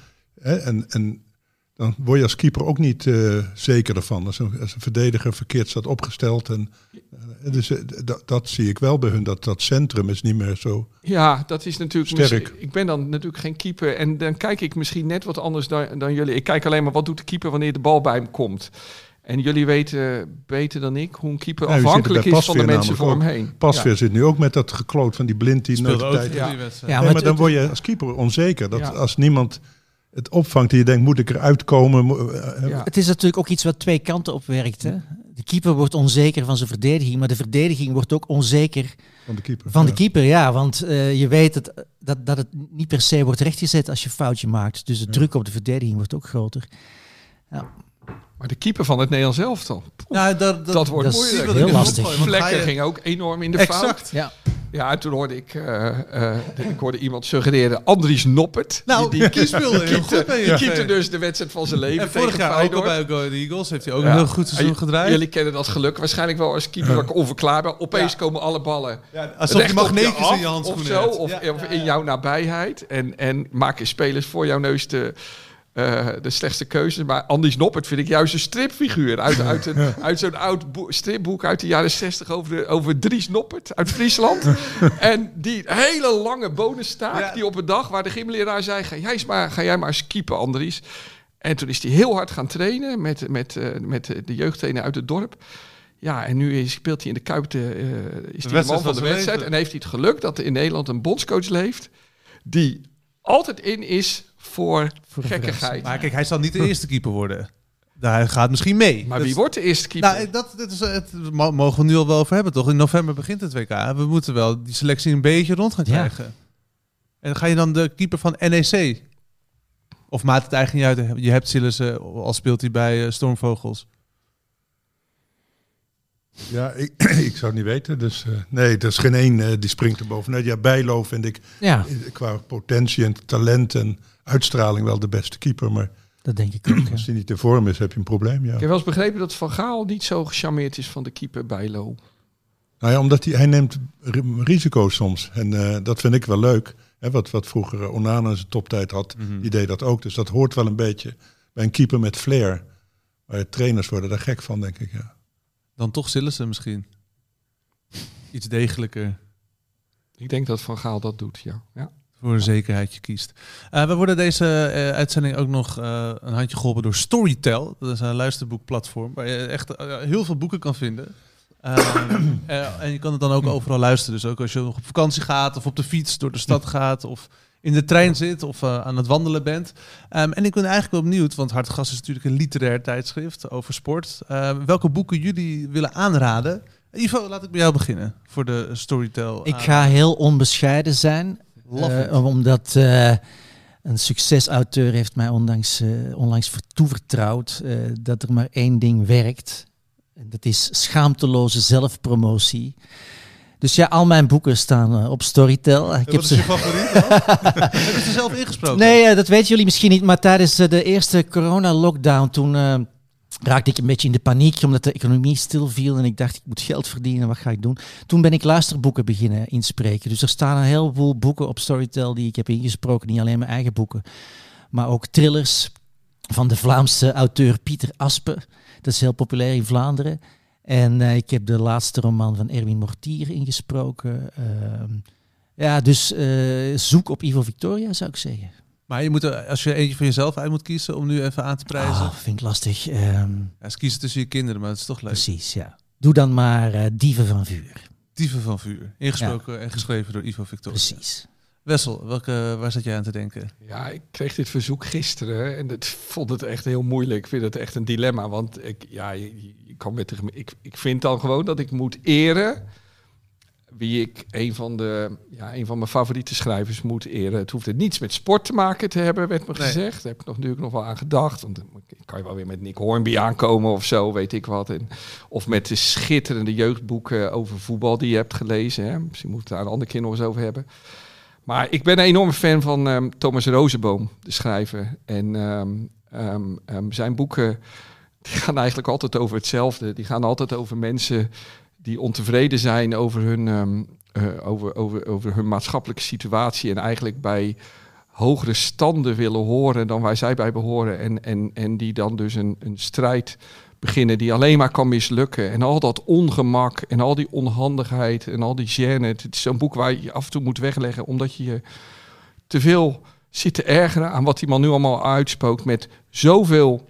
En dan word je als keeper ook niet zeker ervan. Als een verdediger verkeerd staat opgesteld. Dus dat zie ik wel bij hun. Dat centrum is niet meer zo. Ja, dat is natuurlijk sterk. Ik ben dan natuurlijk geen keeper. En dan kijk ik misschien net wat anders dan jullie. Ik kijk alleen maar wat doet de keeper wanneer de bal bij hem komt. En jullie weten beter dan ik hoe een keeper afhankelijk is van de mensen voor hem heen. Pasveer zit nu ook met dat gekloot van die blind die nooit de tijd. Maar dan word je als keeper onzeker. Dat als niemand het opvangt en je denkt, moet ik eruit komen? Het is natuurlijk ook iets wat twee kanten op werkt. Hè? De keeper wordt onzeker van zijn verdediging, maar de verdediging wordt ook onzeker van de keeper. Want je weet dat het niet per se wordt rechtgezet als je een foutje maakt. Dus de druk op de verdediging wordt ook groter. Ja. Maar de keeper van het Nederlands elftal, dat wordt moeilijk. Heel lastig. Vlekken ging ook enorm in de fout. Ja, en toen hoorde ik hoorde iemand suggereren, Andries Noppert. Nou, die speelde heel goed. Die keepte dus de wedstrijd van zijn leven. En vorig jaar ook al bij Go Ahead Eagles heeft hij ook een heel goed seizoen gedraaid. Jullie kennen dat geluk waarschijnlijk wel als keeper onverklaarbaar. Opeens komen alle ballen alsof je magneetjes in je handschoenen hebt. Of in jouw nabijheid. En maken spelers voor jouw neus de slechtste keuze. Maar Andries Noppert vind ik juist een stripfiguur. Uit zo'n oud stripboek uit de jaren 60 over Dries Noppert uit Friesland. En die hele lange bonustaak die op een dag waar de gymleraar zei, ga jij maar eens keeper, Andries. En toen is hij heel hard gaan trainen met de jeugdtrainer uit het dorp. Ja, en nu speelt hij in de Kuip is hij de man van de wedstrijd. En heeft hij het geluk dat er in Nederland een bondscoach leeft die altijd in is voor gekkigheid. Maar kijk, hij zal niet de eerste keeper worden. Hij gaat misschien mee. Maar wie wordt de eerste keeper? Nou, dat mogen we nu al wel over hebben, toch? In november begint het WK. We moeten wel die selectie een beetje rond gaan krijgen. Ja. En ga je dan de keeper van NEC? Of maakt het eigenlijk niet uit? Je hebt Sillissen, al speelt hij bij Stormvogels. Ja, ik zou het niet weten. Dus nee, er is geen één die springt er bovenuit. Ja, Bijlo vind ik qua potentie en talent en uitstraling wel de beste keeper. Maar dat denk ik ook. Als hij niet in vorm is, heb je een probleem. Ja. Ik heb wel eens begrepen dat Van Gaal niet zo gecharmeerd is van de keeper Bijlo. Nou ja, omdat hij neemt risico's soms. En dat vind ik wel leuk. Hè, wat vroeger Onana in zijn toptijd had, die deed dat ook. Dus dat hoort wel een beetje bij een keeper met flair. Maar trainers worden daar gek van, denk ik. Ja. Dan toch Sillissen misschien. Iets degelijker. Ik denk dat Van Gaal dat doet, ja. Voor een zekerheidje kiest. We worden deze uitzending ook nog een handje geholpen door Storytel. Dat is een luisterboekplatform waar je echt heel veel boeken kan vinden. En je kan het dan ook overal luisteren. Dus ook als je nog op vakantie gaat of op de fiets door de stad gaat of in de trein zit of aan het wandelen bent. En ik ben eigenlijk wel benieuwd, want Hartgras is natuurlijk een literair tijdschrift over sport. Welke boeken jullie willen aanraden? Ivo, laat ik bij jou beginnen voor de Storytel. Ik ga heel onbescheiden zijn. Omdat een succesauteur heeft mij onlangs toevertrouwd dat er maar één ding werkt. En dat is schaamteloze zelfpromotie. Dus ja, al mijn boeken staan op Storytel. Wat is je favoriet dan? Heb je ze zelf ingesproken? Nee, dat weten jullie misschien niet. Maar tijdens de eerste corona-lockdown toen raakte ik een beetje in de paniek, omdat de economie stilviel en ik dacht, ik moet geld verdienen, wat ga ik doen? Toen ben ik luisterboeken beginnen inspreken. Dus er staan een heleboel boeken op Storytel die ik heb ingesproken, niet alleen mijn eigen boeken, maar ook thrillers van de Vlaamse auteur Pieter Aspe. Dat is heel populair in Vlaanderen. En ik heb de laatste roman van Erwin Mortier ingesproken. Dus zoek op Ivo Victoria, zou ik zeggen. Maar je moet als je eentje van jezelf uit moet kiezen om nu even aan te prijzen. Vind ik lastig. Ze kiezen tussen je kinderen, maar het is toch leuk. Precies, ja. Doe dan maar Dieven van Vuur. Dieven van Vuur. Ingesproken en geschreven door Ivo Victoria. Precies. Wessel, waar zat jij aan te denken? Ja, ik kreeg dit verzoek gisteren en ik vond het echt heel moeilijk. Ik vind het echt een dilemma, want je kan ik vind dan gewoon dat ik moet eren wie ik een van mijn favoriete schrijvers moet eren. Het hoeft er niets met sport te maken te hebben, werd me gezegd. Daar heb ik natuurlijk nog wel aan gedacht. Want dan kan je wel weer met Nick Hornby aankomen of zo, weet ik wat. Of met de schitterende jeugdboeken over voetbal die je hebt gelezen. Hè. Misschien moet het daar een andere keer nog eens over hebben. Maar ik ben een enorme fan van Thomas Rozenboom, de schrijver. En zijn boeken die gaan eigenlijk altijd over hetzelfde. Die gaan altijd over mensen die ontevreden zijn over hun maatschappelijke situatie en eigenlijk bij hogere standen willen horen dan waar zij bij behoren. En die dan dus een strijd beginnen die alleen maar kan mislukken. En al dat ongemak en al die onhandigheid en al die gêne. Het is zo'n boek waar je af en toe moet wegleggen omdat je je te veel zit te ergeren aan wat die man nu allemaal uitspookt met zoveel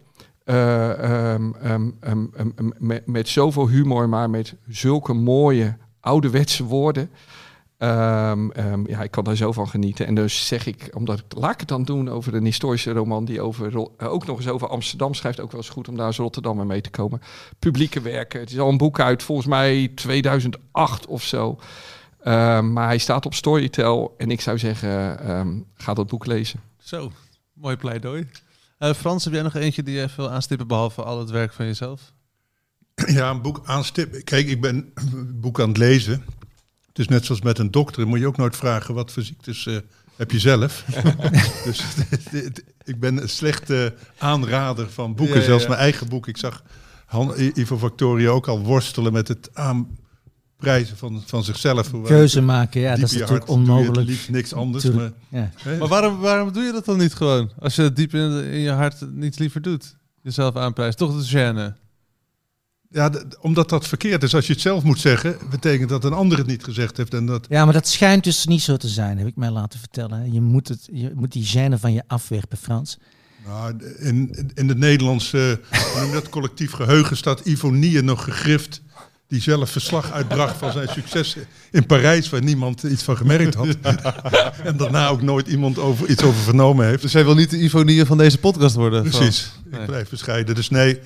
met zoveel humor, maar met zulke mooie ouderwetse woorden. Ik kan daar zo van genieten. En dus zeg ik, laat ik het dan doen over een historische roman die ook nog eens over Amsterdam schrijft. Ook wel eens goed om daar als Rotterdammer mee te komen. Publieke werken. Het is al een boek uit volgens mij 2008 of zo. Maar hij staat op Storytel. En ik zou zeggen, ga dat boek lezen. Zo, mooi pleidooi. Frans, heb jij nog eentje die je wil aanstippen behalve al het werk van jezelf? Ja, een boek aanstippen. Kijk, ik ben een boek aan het lezen. Het is net zoals met een dokter. Moet je ook nooit vragen wat voor ziektes heb je zelf. Dus ik ben een slechte aanrader van boeken. Ja, zelfs mijn eigen boek. Ik zag Ivo Victoria ook al worstelen met het aanprijzen van zichzelf. Keuze maken, ja, dat is natuurlijk onmogelijk. Liefst niks anders. Maar, maar waarom doe je dat dan niet gewoon? Als je het diep in je hart niets liever doet. Jezelf aanprijst. Toch de gêne. Ja, omdat dat verkeerd is. Als je het zelf moet zeggen, betekent dat een ander het niet gezegd heeft. En dat... Ja, maar dat schijnt dus niet zo te zijn, heb ik mij laten vertellen. Je moet die gêne van je afwerpen, Frans. Nou, in het Nederlandse dat collectief geheugen staat Ivonie nog gegrift, die zelf verslag uitbracht van zijn succes in Parijs, waar niemand iets van gemerkt had. En daarna ook nooit iemand iets over vernomen heeft. Dus jij wil niet de Ivonie van deze podcast worden? Precies, ik blijf bescheiden. Dus nee,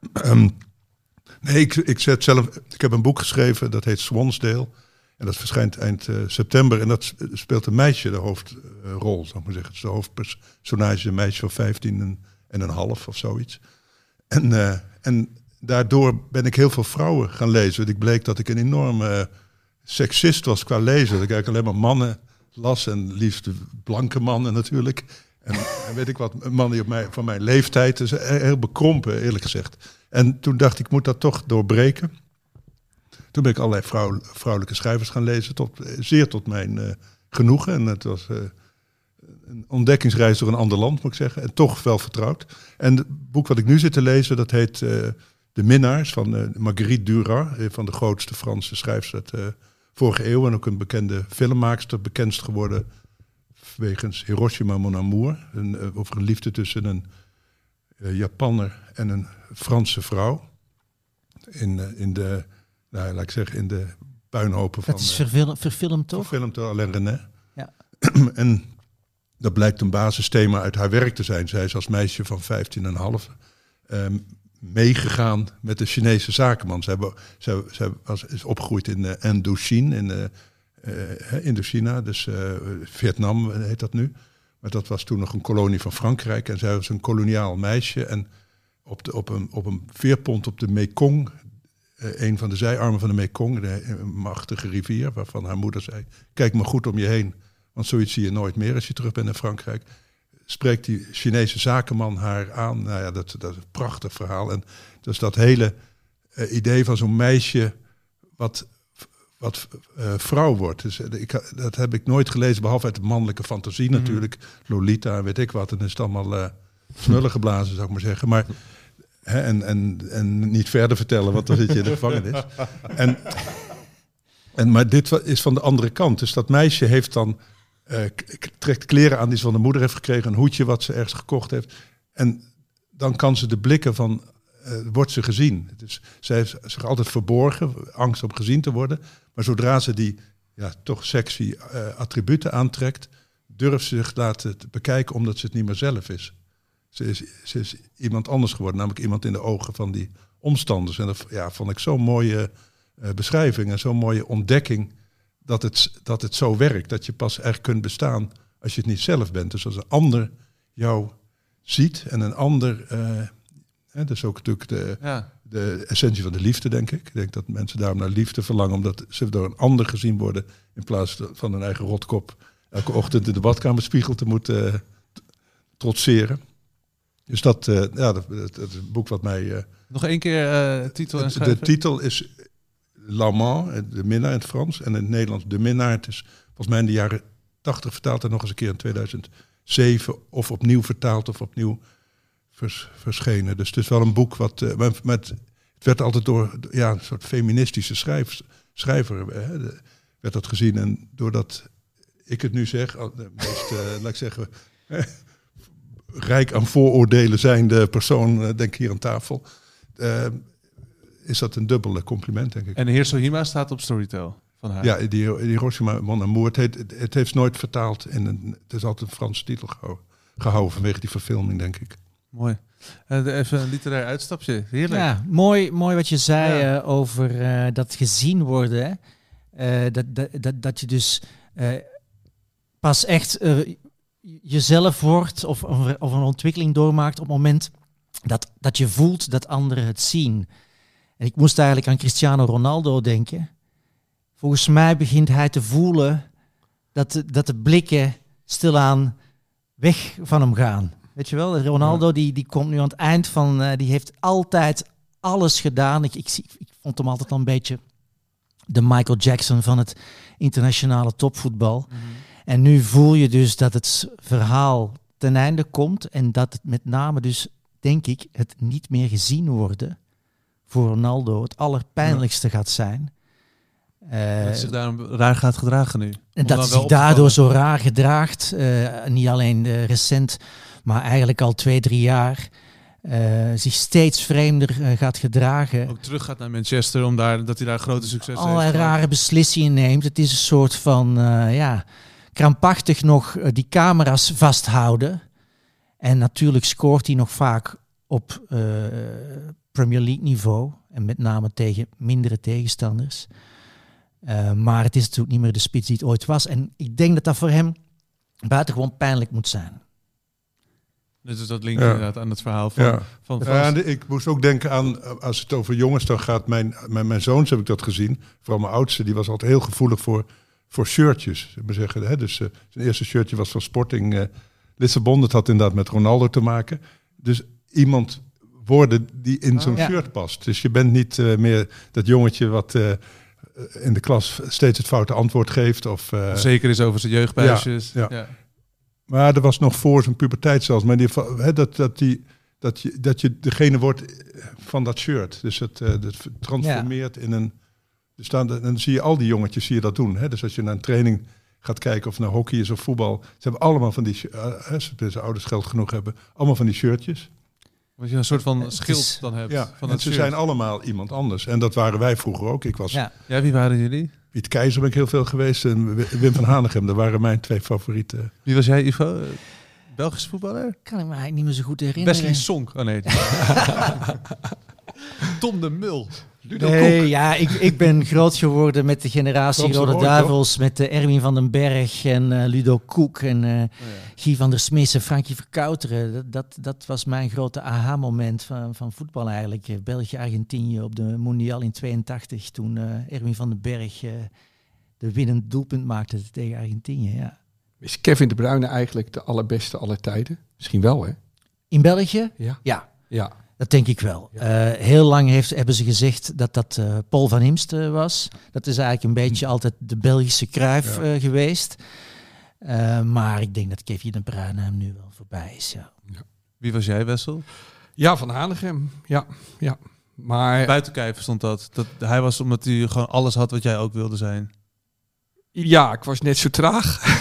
ik heb een boek geschreven, dat heet Swansdale. En dat verschijnt eind september. En dat speelt een meisje de hoofdrol, zou ik maar zeggen. Het is de hoofdpersonage, een meisje van 15 en een half of zoiets. En daardoor ben ik heel veel vrouwen gaan lezen. Want ik bleek dat ik een enorme seksist was qua lezen. Dat ik eigenlijk alleen maar mannen las. En liefst blanke mannen natuurlijk. En weet ik wat, mannen van mijn leeftijd. Dus heel bekrompen, eerlijk gezegd. En toen dacht ik, moet dat toch doorbreken. Toen ben ik allerlei vrouwelijke schrijvers gaan lezen. Zeer tot mijn genoegen. En het was een ontdekkingsreis door een ander land, moet ik zeggen. En toch wel vertrouwd. En het boek wat ik nu zit te lezen, dat heet De Minnaars van Marguerite Duras. Een van de grootste Franse schrijvers uit de vorige eeuw. En ook een bekende filmmaakster, bekendst geworden wegens Hiroshima Mon Amour. Over een liefde tussen een Japanner en een Franse vrouw. In de puinhopen van... Dat is verfilmd toch? Verfilmd door Alain René. Ja. En dat blijkt een basisthema uit haar werk te zijn. Zij is als meisje van 15,5 meegegaan met de Chinese zakenman. Zij is opgegroeid in Indochine, in Indochina, dus Vietnam heet dat nu. Maar dat was toen nog een kolonie van Frankrijk. En zij was een koloniaal meisje. En op een veerpont op de Mekong, een van de zijarmen van de Mekong, een machtige rivier, waarvan haar moeder zei, kijk maar goed om je heen, want zoiets zie je nooit meer als je terug bent in Frankrijk. spreekt die Chinese zakenman haar aan. Nou ja, dat is een prachtig verhaal. En dus dat hele idee van zo'n meisje wat vrouw wordt. Dus, dat heb ik nooit gelezen, behalve uit de mannelijke fantasie natuurlijk. Lolita en weet ik wat. En dan is het allemaal smullen geblazen, zou ik maar zeggen. Maar, en niet verder vertellen, want dan zit je in de gevangenis. Maar dit is van de andere kant. Dus dat meisje heeft dan... trekt kleren aan die ze van de moeder heeft gekregen. Een hoedje wat ze ergens gekocht heeft. En dan kan ze de blikken van... wordt ze gezien. Dus zij heeft zich altijd verborgen. Angst om gezien te worden. Maar zodra ze die toch sexy attributen aantrekt... durft ze zich laten bekijken omdat ze het niet meer zelf is. Ze is iemand anders geworden. Namelijk iemand in de ogen van die omstanders. En dat vond ik zo'n mooie beschrijving. En zo'n mooie ontdekking... Dat het zo werkt, dat je pas echt kunt bestaan als je het niet zelf bent. Dus als een ander jou ziet en een ander... dat is ook natuurlijk de essentie van de liefde, denk ik. Ik denk dat mensen daarom naar liefde verlangen, omdat ze door een ander gezien worden... in plaats van hun eigen rotkop elke ochtend in de badkamerspiegel te moeten trotseren. Dus dat is een boek wat mij... Nog één keer titel en schrijven? De titel is... L'amant, de minnaar in het Frans. En in het Nederlands de minnaar. Het is volgens mij in de jaren 80 vertaald en nog eens een keer in 2007 of opnieuw vertaald of opnieuw verschenen. Dus het is wel een boek wat... het werd altijd door een soort feministische schrijver werd dat gezien. En doordat ik het nu zeg, de meest, laat ik zeggen... rijk aan vooroordelen zijnde persoon, denk ik hier aan tafel... is dat een dubbele compliment, denk ik. En de heer Sohima staat op Storytel van haar. Ja, die Hiroshima Mon Amour. Het heeft nooit vertaald. Het is altijd een Franse titel gehouden vanwege die verfilming, denk ik. Mooi. Even een literair uitstapje. Heerlijk. Ja, mooi wat je zei over dat gezien worden. Dat je dus pas echt jezelf wordt of een ontwikkeling doormaakt op het moment dat je voelt dat anderen het zien. En ik moest eigenlijk aan Cristiano Ronaldo denken. Volgens mij begint hij te voelen dat de blikken stilaan weg van hem gaan. Weet je wel, Ronaldo die komt nu aan het eind van... die heeft altijd alles gedaan. Ik vond hem altijd al een beetje de Michael Jackson van het internationale topvoetbal. Mm-hmm. En nu voel je dus dat het verhaal ten einde komt. En dat het met name dus, denk ik, het niet meer gezien worden... voor Ronaldo het allerpijnlijkste gaat zijn. Dat hij zich daarom raar gaat gedragen nu. En dat hij zich daardoor zo raar gedraagt. Niet alleen recent, maar eigenlijk al 2-3 jaar. Zich steeds vreemder gaat gedragen. Ook terug gaat naar Manchester, dat hij daar grote succes heeft. Allerlei rare beslissingen neemt. Het is een soort van, krampachtig nog die camera's vasthouden. En natuurlijk scoort hij nog vaak op... Premier League niveau en met name tegen mindere tegenstanders. Maar het is natuurlijk niet meer de spits die het ooit was. En ik denk dat voor hem buitengewoon pijnlijk moet zijn. Dus dat linkt inderdaad aan het verhaal van ik moest ook denken aan, als het over jongens dan gaat, mijn zoons heb ik dat gezien. Vooral mijn oudste, die was altijd heel gevoelig voor shirtjes. Zeggen, dus zijn eerste shirtje was van Sporting Lissabon. Dat had inderdaad met Ronaldo te maken. Dus iemand... worden die in zo'n shirt past. Dus je bent niet meer dat jongetje wat in de klas steeds het foute antwoord geeft. Of zeker is over zijn jeugdbuisjes. Ja. Maar er was nog voor zijn puberteit zelfs. Maar dat je degene wordt van dat shirt. Dus het transformeert in een... En dan zie je al die jongetjes dat doen. Dus als je naar een training gaat kijken of naar hockey is of voetbal. Ze hebben allemaal van die... Als ouders geld genoeg hebben. Allemaal van die shirtjes. Wat je een soort van schild dan hebt. Ja, van ze zijn allemaal iemand anders. En dat waren wij vroeger ook. Ik was... Ja, wie waren jullie? Piet Keizer ben ik heel veel geweest. En Wim van Hanegem, dat waren mijn 2 favorieten. Wie was jij, Ivo? Belgische voetballer? Kan ik me eigenlijk niet meer zo goed herinneren. Wesley Sonk. Oh nee. Tom de Mul. Ik ben groot geworden met de generatie Rode Duivels, met Erwin van den Berg en Ludo Koek en Guy van der Smees en Frankie Verkouteren. Dat was mijn grote aha-moment van voetbal eigenlijk. België-Argentinië op de Mondial in 82, toen Erwin van den Berg de winnend doelpunt maakte tegen Argentinië. Ja. Is Kevin De Bruyne eigenlijk de allerbeste aller tijden? Misschien wel, hè? In België? Ja. Dat denk ik wel. Heel lang hebben ze gezegd dat Paul van Imst was. Dat is eigenlijk een beetje altijd de Belgische Cruyff geweest. Maar ik denk dat Kevin De Bruyne hem nu wel voorbij is. Ja. Wie was jij, Wessel? Ja, Van Hanegem. Ja. Maar Buiten kijf stond dat hij was omdat hij gewoon alles had wat jij ook wilde zijn. ja, ik was net zo traag.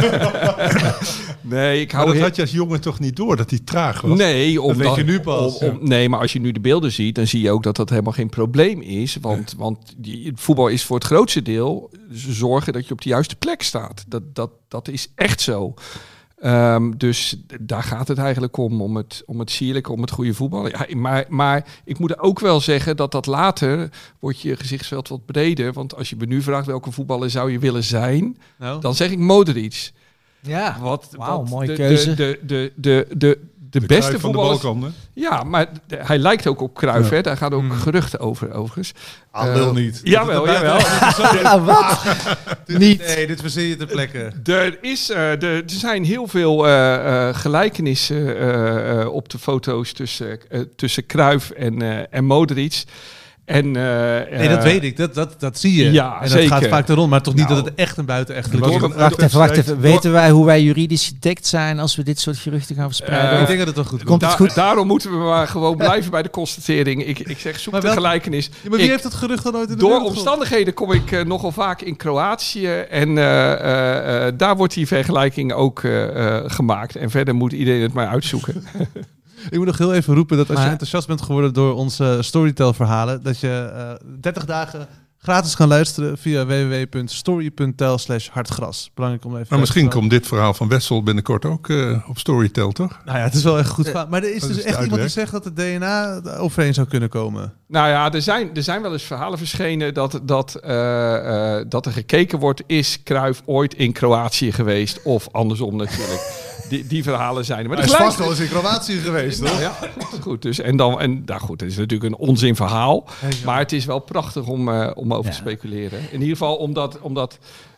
Nee, ik hou Maar dat had je als jongen toch niet door, dat hij traag was? Nee, Dat weet je nu pas. Nee, maar als je nu de beelden ziet, dan zie je ook dat dat helemaal geen probleem is. Want voetbal is voor het grootste deel zorgen dat je op de juiste plek staat. Dat is echt zo. Dus daar gaat het eigenlijk om het sierlijke, om het goede voetbal. Ja, maar ik moet ook wel zeggen dat later wordt je gezichtsveld wat breder. Want als je me nu vraagt welke voetballer zou je willen zijn, dan zeg ik Modric. Ja, Wauw, mooie keuze. De beste van de voetballers. Balkan, Ja, maar hij lijkt ook op Cruyff. Hè? Daar gaan ook geruchten over, overigens. Wil niet. Jawel. Wat? Niet. Nee, dit verzin je ter plekke. Er zijn heel veel gelijkenissen op de foto's tussen Cruyff en Modric. Nee, dat weet ik. Dat zie je. Ja, en zeker. dat gaat vaak erom. Maar toch niet dat het echt een buitenechtelijk is. Wacht even. Weten wij hoe wij juridisch gedekt zijn als we dit soort geruchten gaan verspreiden? Ik denk dat het wel goed Komt het goed? Daarom moeten we maar gewoon blijven bij de constatering. Ik zeg, zoek de gelijkenis. Ja, maar wie heeft dat gerucht dan ooit in de Door wereld omstandigheden kom ik nogal vaak in Kroatië. En daar wordt die vergelijking ook gemaakt. En verder moet iedereen het maar uitzoeken. Ik moet nog heel even roepen dat als je enthousiast bent geworden door onze Storytel-verhalen, dat je 30 dagen gratis kan luisteren via www.story.tel/hartgras. Belangrijk om even. Maar misschien komt dit verhaal van Wessel binnenkort ook op Storytel, toch? Nou ja, het is wel echt goed. Maar er is Dat dus is echt iemand die uitwerk. zegt dat het DNA overeen zou kunnen komen. Nou ja, er zijn wel eens verhalen verschenen dat er gekeken wordt, is Cruyff ooit in Kroatië geweest? Of andersom natuurlijk. Die verhalen zijn er. Maar Hij is vast wel eens in Kroatië geweest, toch? Nou ja, goed. Dus, het is natuurlijk een onzin verhaal. Maar het is wel prachtig om over te speculeren. In ieder geval omdat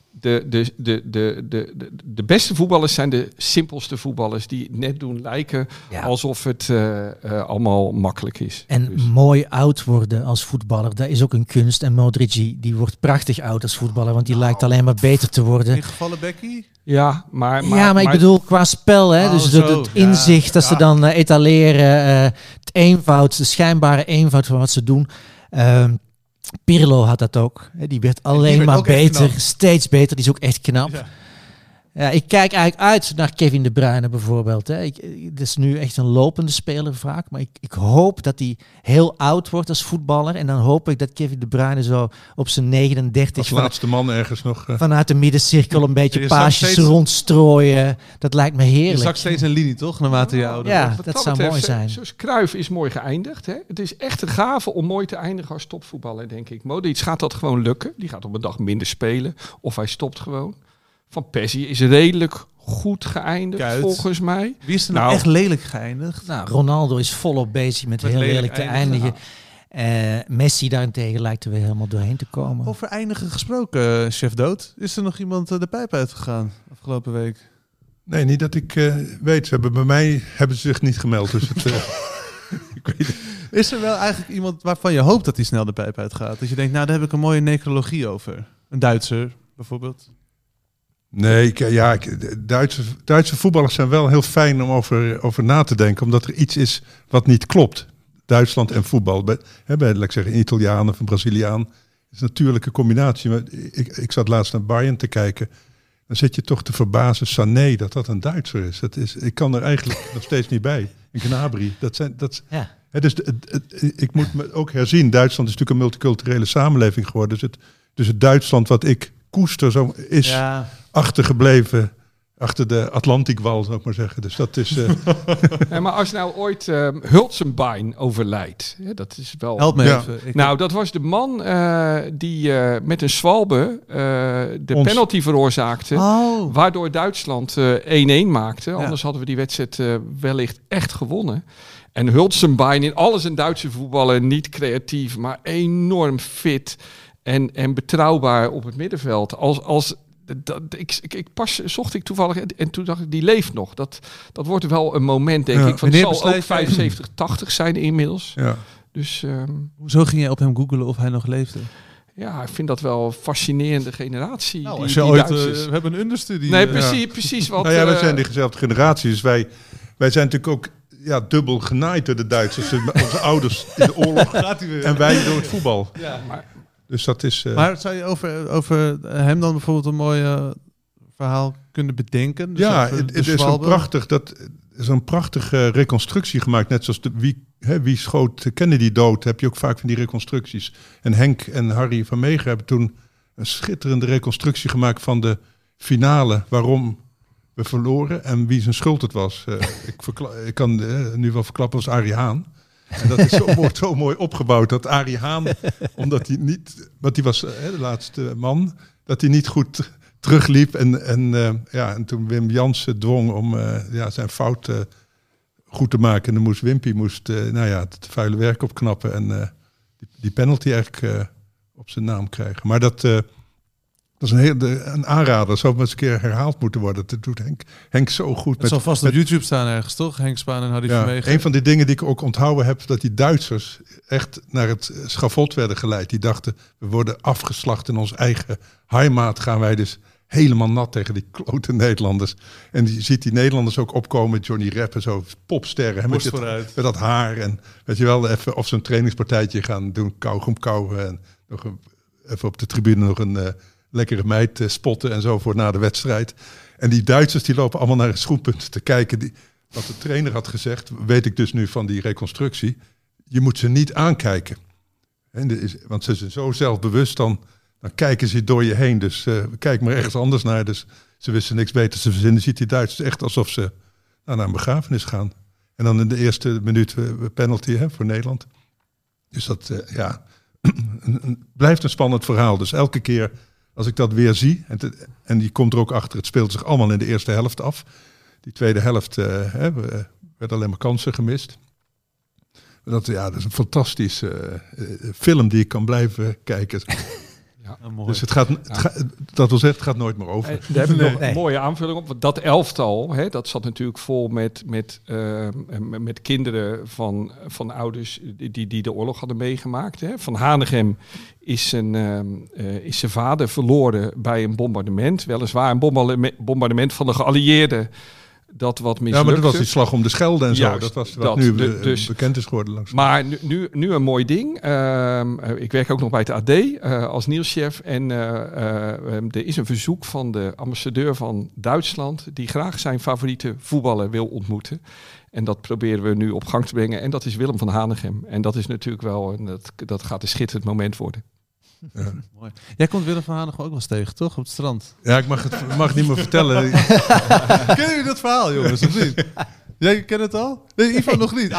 de beste voetballers zijn de simpelste voetballers die net doen lijken alsof het allemaal makkelijk is. En Dus. mooi oud worden als voetballer, dat is ook een kunst. En Modric, die wordt prachtig oud als voetballer, want die lijkt alleen maar beter te worden. Ingevallen Becky? Ja, maar ik bedoel qua spel, hè? Dus het inzicht dat ze dan etaleren, het eenvoud, de schijnbare eenvoud van wat ze doen. Pirlo had dat ook. Die werd alleen maar beter, steeds beter. Die is ook echt knap. Ja, ik kijk eigenlijk uit naar Kevin De Bruyne bijvoorbeeld. Het is nu echt een lopende speler vaak. Maar ik hoop dat hij heel oud wordt als voetballer. En dan hoop ik dat Kevin De Bruyne zo op zijn 39... Als laatste man ergens nog... vanuit de middencirkel een beetje paasjes rondstrooien. Dat lijkt me heerlijk. Je zakt steeds een linie, toch? Naarmate je ouder ja, wordt. dat zou mooi zijn. Zoals Cruyff is mooi geëindigd. Hè? Het is echt een gave om mooi te eindigen als topvoetballer, denk ik. Modric gaat dat gewoon lukken. Die gaat op een dag minder spelen. Of hij stopt gewoon. Van Persie is redelijk goed geëindigd, volgens mij. Wie is er nou echt lelijk geëindigd? Nou, Ronaldo is volop bezig met heel lelijk te eindigen. Messi daarentegen lijkt er weer helemaal doorheen te komen. Over eindigen gesproken, chef Dood. Is er nog iemand de pijp uitgegaan afgelopen week? Nee, niet dat ik weet. Bij mij hebben ze zich niet gemeld. Dus het, ik weet het. Is er wel eigenlijk iemand waarvan je hoopt dat hij snel de pijp uitgaat? Dat je denkt, nou, daar heb ik een mooie necrologie over. Een Duitser, bijvoorbeeld. Nee, Duitse voetballers zijn wel heel fijn om over na te denken. Omdat er iets is wat niet klopt. Duitsland en voetbal. Bij laat ik zeggen, een Italiaan of een Braziliaan. is een natuurlijke combinatie. Maar ik zat laatst naar Bayern te kijken. Dan zit je toch te verbazen, Sané, dat een Duitser is. Ik kan er eigenlijk nog steeds niet bij. En Gnabry. Dus ik moet me ook herzien. Duitsland is natuurlijk een multiculturele samenleving geworden. Dus het Duitsland wat ik koester is achtergebleven achter de Atlantikwal, zou ik maar zeggen. Dus dat is... maar als nou ooit Hulzenbein overlijdt, dat is wel... Help me even. Nou, dat was de man die met een zwalbe de penalty veroorzaakte, waardoor Duitsland 1-1 maakte. Anders hadden we die wedstrijd wellicht echt gewonnen. En Hulzenbein, in alles een Duitse voetballer, niet creatief, maar enorm fit en betrouwbaar op het middenveld. zocht ik toevallig en toen dacht ik, die leeft nog. Dat wordt wel een moment, denk ik. Van, het zal ook 75, 80 zijn inmiddels. Ja. Dus, hoezo ging jij op hem googelen of hij nog leefde? Ja, ik vind dat wel een fascinerende generatie. Nou, die, als je die ooit, Duitsers. we hebben een understudie. Nee, precies. Want, Nou ja, we zijn dezelfde generatie. Dus wij zijn natuurlijk ook dubbel genaaid door de Duitsers. Onze ouders in de oorlog en wij door het voetbal. Ja. Dus dat is... Maar zou je over hem dan bijvoorbeeld een mooi verhaal kunnen bedenken? Dus het is een prachtige reconstructie gemaakt. Net zoals wie schoot Kennedy dood, heb je ook vaak van die reconstructies. En Henk en Harry van Meegen hebben toen een schitterende reconstructie gemaakt van de finale. Waarom we verloren en wie zijn schuld het was. Ik kan nu wel verklappen, was Arie Haan. En dat is zo mooi opgebouwd dat Arie Haan, omdat hij niet, want hij was de laatste man, dat hij niet goed terugliep en toen Wim Jansen dwong om zijn fout goed te maken, en dan moest Wimpy het vuile werk opknappen en die penalty eigenlijk op zijn naam krijgen. Maar dat is een aanrader, zou maar eens een keer herhaald moeten worden. Dat doet Henk zo goed. Het zal vast op YouTube staan ergens, toch? Henk Spaan en Harry van Meegen. Een van die dingen die ik ook onthouden heb, dat die Duitsers echt naar het schavot werden geleid. Die dachten, we worden afgeslacht in ons eigen heimaat, gaan wij dus helemaal nat tegen die klote Nederlanders. En je ziet die Nederlanders ook opkomen, Johnny Rep en zo, popsterren. Met dat haar en weet je wel, even of zo'n trainingspartijtje gaan doen, kauwgom kauwen en nog even op de tribune nog een lekkere meid spotten en zo voor na de wedstrijd. En die Duitsers die lopen allemaal naar het schoenpunt te kijken. Wat de trainer had gezegd, weet ik dus nu van die reconstructie. Je moet ze niet aankijken. Want ze zijn zo zelfbewust, dan kijken ze door je heen. Dus kijk maar ergens anders naar. Dus ze wisten niks beter te verzinnen. Ziet die Duitsers echt alsof ze naar een begrafenis gaan. En dan in de eerste minuut penalty voor Nederland. Dus dat blijft een spannend verhaal. Dus elke keer als ik dat weer zie, en die komt er ook achter, het speelt zich allemaal in de eerste helft af. Die tweede helft werd alleen maar kansen gemist. Dat is een fantastische film die ik kan blijven kijken. Ja, dus het gaat nooit meer over. Daar heb ik nog een mooie aanvulling op. Want dat elftal, dat zat natuurlijk vol met kinderen van ouders die de oorlog hadden meegemaakt. Van Hanegem is zijn vader verloren bij een bombardement. Weliswaar een bombardement van de geallieerden. Dat wat mislukte. Ja, maar dat was die slag om de Schelde en zo. Juist, dat was wat nu bekend is geworden. Langs. Maar nu een mooi ding. Ik werk ook nog bij het AD als nieuwschef. En er is een verzoek van de ambassadeur van Duitsland, die graag zijn favoriete voetballer wil ontmoeten. En dat proberen we nu op gang te brengen. En dat is Willem van Hanegem. En dat is natuurlijk wel, dat gaat een schitterend moment worden. Ja. Mooi. Jij komt Willem van Hanegem ook wel eens tegen, toch? Op het strand. Ja, ik mag het niet meer vertellen. Kennen jullie dat verhaal, jongens, of niet? Jij kent het al? Nee, Ivo nog niet.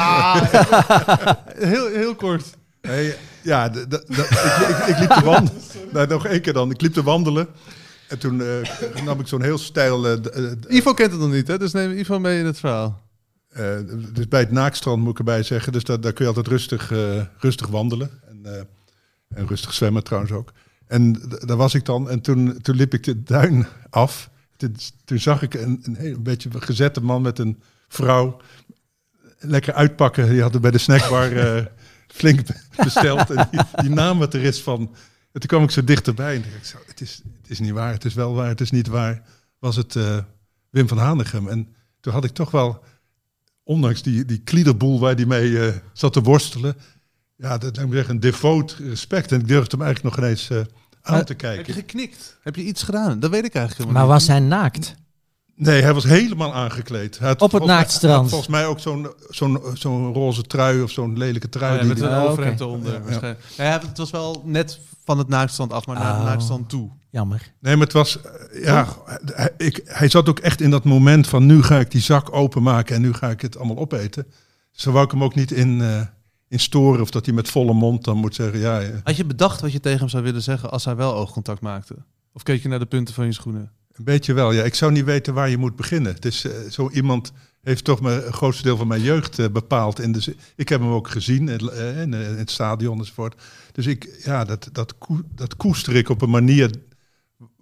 Heel kort. Hey, ik liep te wandelen. Nou, nog één keer dan. Ik liep te wandelen. En toen nam ik zo'n heel steil... Ivo kent het nog niet, hè? Dus neem Ivo mee in het verhaal. Dus bij het Naakstrand moet ik erbij zeggen. Dus daar kun je altijd rustig wandelen. En rustig zwemmen trouwens ook. En daar was ik dan. En toen liep ik de duin af. Toen zag ik een beetje gezette man met een vrouw lekker uitpakken. Die hadden bij de snackbar flink besteld. En die naam wat er is van... En toen kwam ik zo dichterbij. En dacht ik zo, het is niet waar. Het is wel waar. Het is niet waar. Was het Wim van Hanegem. En toen had ik toch wel... Ondanks die kliederboel waar die mee zat te worstelen... Ja, dat moet ik zeggen, een devoot respect. En ik durfde hem eigenlijk nog ineens aan te kijken. Heb je geknikt? Heb je iets gedaan? Dat weet ik eigenlijk helemaal niet. Maar was hij naakt? Nee, hij was helemaal aangekleed. Op het naaktstrand? Volgens mij ook zo'n roze trui of zo'n lelijke trui. Met een overhemd eronder. Ja. Het was wel net van het naaktstrand af, maar naar het naaktstrand toe. Jammer. Nee, maar het was... hij zat ook echt in dat moment van... nu ga ik die zak openmaken en nu ga ik het allemaal opeten. Zo wou ik hem ook niet in storen of dat hij met volle mond dan moet zeggen... Ja. Had je bedacht wat je tegen hem zou willen zeggen als hij wel oogcontact maakte? Of keek je naar de punten van je schoenen? Een beetje wel, ja. Ik zou niet weten waar je moet beginnen. Het is, zo iemand heeft toch een grootste deel van mijn jeugd bepaald. Ik heb hem ook gezien in het stadion enzovoort. Dus dat koester ik op een manier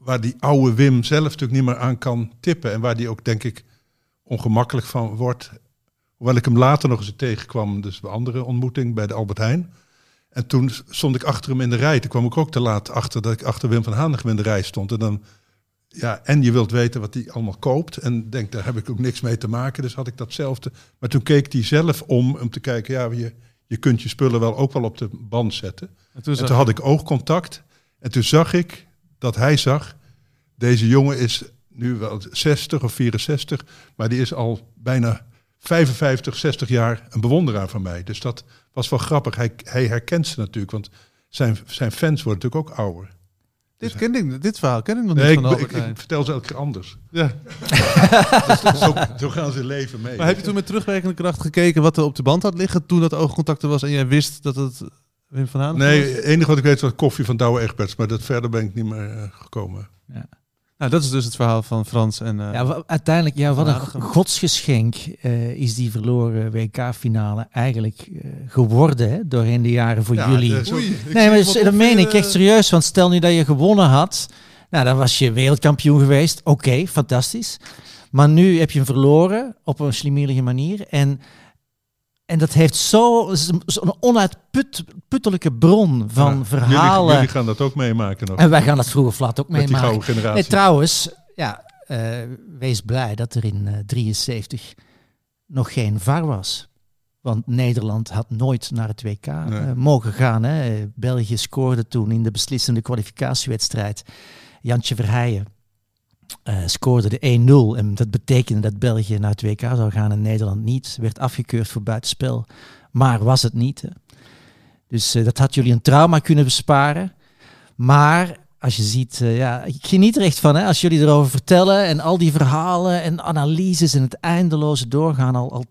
waar die oude Wim zelf natuurlijk niet meer aan kan tippen. En waar die ook, denk ik, ongemakkelijk van wordt. Hoewel ik hem later nog eens tegenkwam, dus bij andere ontmoeting bij de Albert Heijn. En toen stond ik achter hem in de rij. Toen kwam ik ook te laat achter dat ik achter Wim van Hanegem in de rij stond. En dan, en je wilt weten wat hij allemaal koopt. En denk, daar heb ik ook niks mee te maken. Dus had ik datzelfde. Maar toen keek hij zelf om te kijken, je kunt je spullen wel ook wel op de band zetten. En toen had ik oogcontact. En toen zag ik dat hij zag, deze jongen is nu wel 60 of 64, maar die is al bijna 55, 60 jaar een bewonderaar van mij. Dus dat was wel grappig. Hij herkent ze natuurlijk, want zijn fans worden natuurlijk ook ouder. Dit verhaal ken ik nog niet van Albert Heijn. Ik vertel ze elke keer anders. Ja. Dus zo gaan ze leven mee. Maar heb je toen met terugwerkende kracht gekeken wat er op de band had liggen toen dat oogcontact er was en jij wist dat het Wim van Hanegem was? Nee, het enige wat ik weet was koffie van Douwe Egberts, maar verder ben ik niet meer gekomen. Ja. Nou, dat is dus het verhaal van Frans en uiteindelijk, wat een godsgeschenk is die verloren WK-finale eigenlijk geworden, hè, doorheen de jaren voor jullie. Dat meen ik echt serieus, want stel nu dat je gewonnen had, nou, dan was je wereldkampioen geweest. Oké, fantastisch. Maar nu heb je hem verloren op een slimmerige manier en dat heeft zo'n onuitputtelijke bron van verhalen. Jullie gaan dat ook meemaken nog. En wij gaan dat vroeg of laat ook meemaken. Met die gouden generatie. Nee, trouwens, wees blij dat er in 73 nog geen VAR was. Want Nederland had nooit naar het WK mogen gaan. Hè. België scoorde toen in de beslissende kwalificatiewedstrijd. Jantje Verheijen scoorde de 1-0 en dat betekende dat België naar het WK zou gaan en Nederland niet. Werd afgekeurd voor buitenspel, maar was het niet. Hè. Dus dat had jullie een trauma kunnen besparen. Maar als je ziet, ik geniet er echt van, hè, als jullie erover vertellen en al die verhalen en analyses en het eindeloze doorgaan al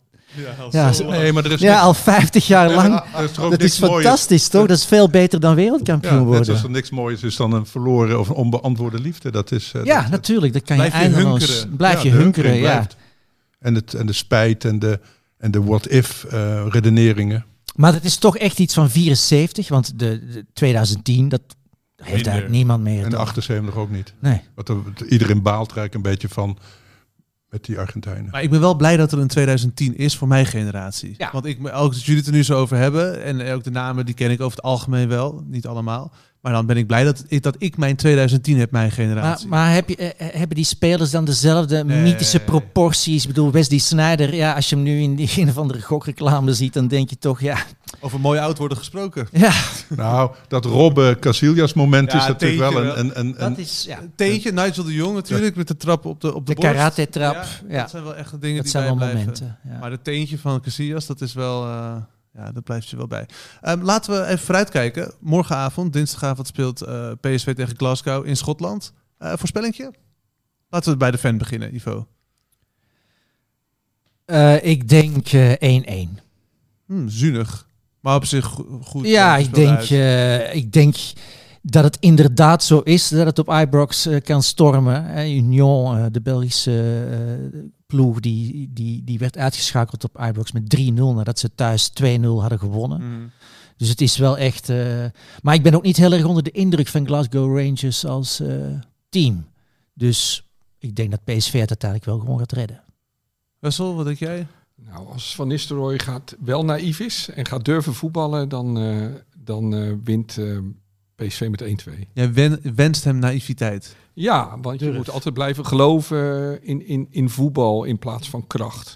50 jaar lang. Dat is fantastisch, toch? Dat is veel beter dan wereldkampioen worden. Net als er niks moois is dan een verloren of een onbeantwoorde liefde. Dat is, natuurlijk. Dat kan je eindeloos. Blijf je hunkeren. Ja. En de spijt en de what-if redeneringen. Maar dat is toch echt iets van 74, want de 2010, dat heeft eigenlijk niemand meer. En de 78 ook niet. Nee. Iedereen baalt er eigenlijk een beetje van. Met die Argentijnen. Maar ik ben wel blij dat er een 2010 is voor mijn generatie. Ja. Want als jullie het er nu zo over hebben, en ook de namen die ken ik over het algemeen wel, niet allemaal. Maar dan ben ik blij dat ik mijn 2010 heb, mijn generatie. Maar hebben die spelers dan dezelfde mythische proporties? Ik bedoel, Wesley Sneijder, als je hem nu in die een of andere gokreclame ziet, dan denk je toch, over mooi oud worden gesproken. Ja. Nou, dat Robben Casillas moment is natuurlijk wel een dat is, teentje, Nigel de Jong natuurlijk, met de trap op de borst. karate-trap. Dat zijn wel echt dingen die bij blijven. Momenten. Ja. Maar de teentje van Casillas, dat is wel... dat blijft je wel bij. Laten we even vooruitkijken. Morgenavond, dinsdagavond, speelt PSV tegen Glasgow in Schotland. Voorspellingje? Laten we bij de fan beginnen, Ivo. Ik denk 1-1. Zuinig. Maar op zich goed. Ja, ik denk dat het inderdaad zo is dat het op Ibrox kan stormen. Union, de Belgische ploeg, die werd uitgeschakeld op Ibrox met 3-0 nadat ze thuis 2-0 hadden gewonnen. Dus het is wel echt... maar ik ben ook niet heel erg onder de indruk van Glasgow Rangers als team. Dus ik denk dat PSV het uiteindelijk wel gewoon gaat redden. Wessel, wat denk jij? Nou, als Van Nistelrooy wel naïef is en gaat durven voetballen, dan wint PSV met 1-2. Jij wenst hem naïviteit. Ja, want je moet altijd blijven geloven in voetbal in plaats van kracht.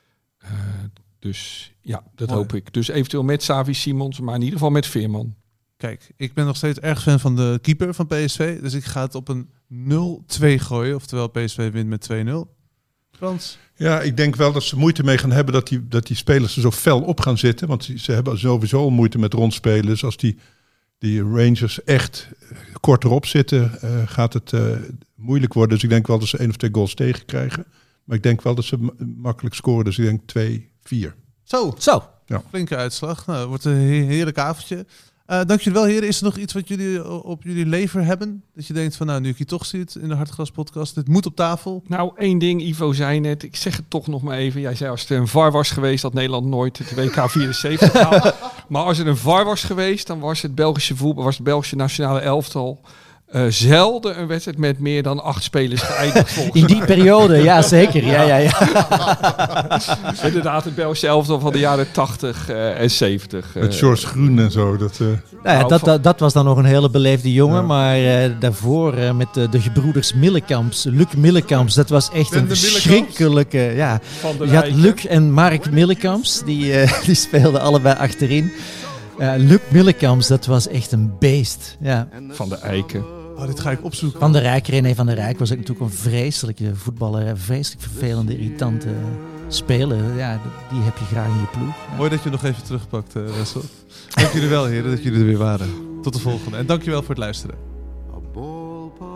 Dus ja, dat hoop ik. Dus eventueel met Xavi Simons, maar in ieder geval met Veerman. Kijk, ik ben nog steeds erg fan van de keeper van PSV. Dus ik ga het op een 0-2 gooien. Oftewel PSV wint met 2-0. Frans? Ja, ik denk wel dat ze moeite mee gaan hebben dat die spelers er zo fel op gaan zitten. Want ze hebben sowieso al moeite met rondspelen. Dus als die Rangers echt kort erop zitten, gaat het moeilijk worden. Dus ik denk wel dat ze 1 of 2 goals tegenkrijgen. Maar ik denk wel dat ze makkelijk scoren. Dus ik denk 2-4. Zo. Ja. Flinke uitslag. Nou, het wordt een heerlijk avondje. Dank jullie wel, heren. Is er nog iets wat jullie op jullie lever hebben? Dat je denkt van, nou, nu ik je toch zit in de Hartgras podcast, dit moet op tafel. Nou, 1 ding, Ivo zei net, ik zeg het toch nog maar even. Jij zei als er een VAR was geweest, dat Nederland nooit het WK 74 haalde. Maar als er een VAR was geweest, dan was het Belgische voetbal, was het Belgische nationale elftal zelden een wedstrijd met meer dan 8 spelers geëindigd volgens In die periode, ja zeker. Ja. Inderdaad, het Belgische elftal van de jaren 80 en 70. Met George Groen en zo. Dat was dan nog een hele beleefde jongen. Maar daarvoor met de gebroeders Millekamps, Luc Millekamps, dat was echt een verschrikkelijke... Ja. Je had Luc en Mark Millekamps, die speelden allebei achterin. Luc Millekamps, dat was echt een beest. Ja. Van de Eiken. Dit ga ik opzoeken. Van der Rijk, René van der Rijk was ook natuurlijk een vreselijke voetballer. Een vreselijk vervelende, irritante speler. Ja, die heb je graag in je ploeg. Ja. Mooi dat je nog even terugpakt, Wessel. Dank jullie wel, heren, dat jullie er weer waren. Tot de volgende. En dankjewel voor het luisteren. A ballpark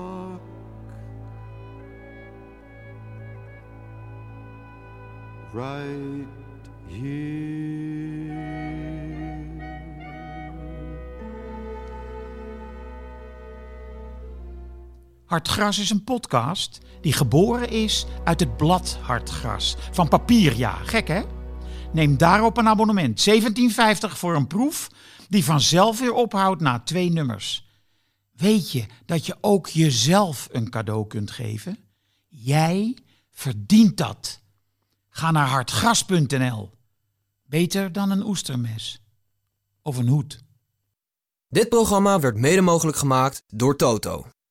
right here. Hartgras is een podcast die geboren is uit het blad Hartgras. Van papier, ja. Gek, hè? Neem daarop een abonnement. €17,50 voor een proef die vanzelf weer ophoudt na 2 nummers. Weet je dat je ook jezelf een cadeau kunt geven? Jij verdient dat. Ga naar hartgras.nl. Beter dan een oestermes. Of een hoed. Dit programma werd mede mogelijk gemaakt door Toto.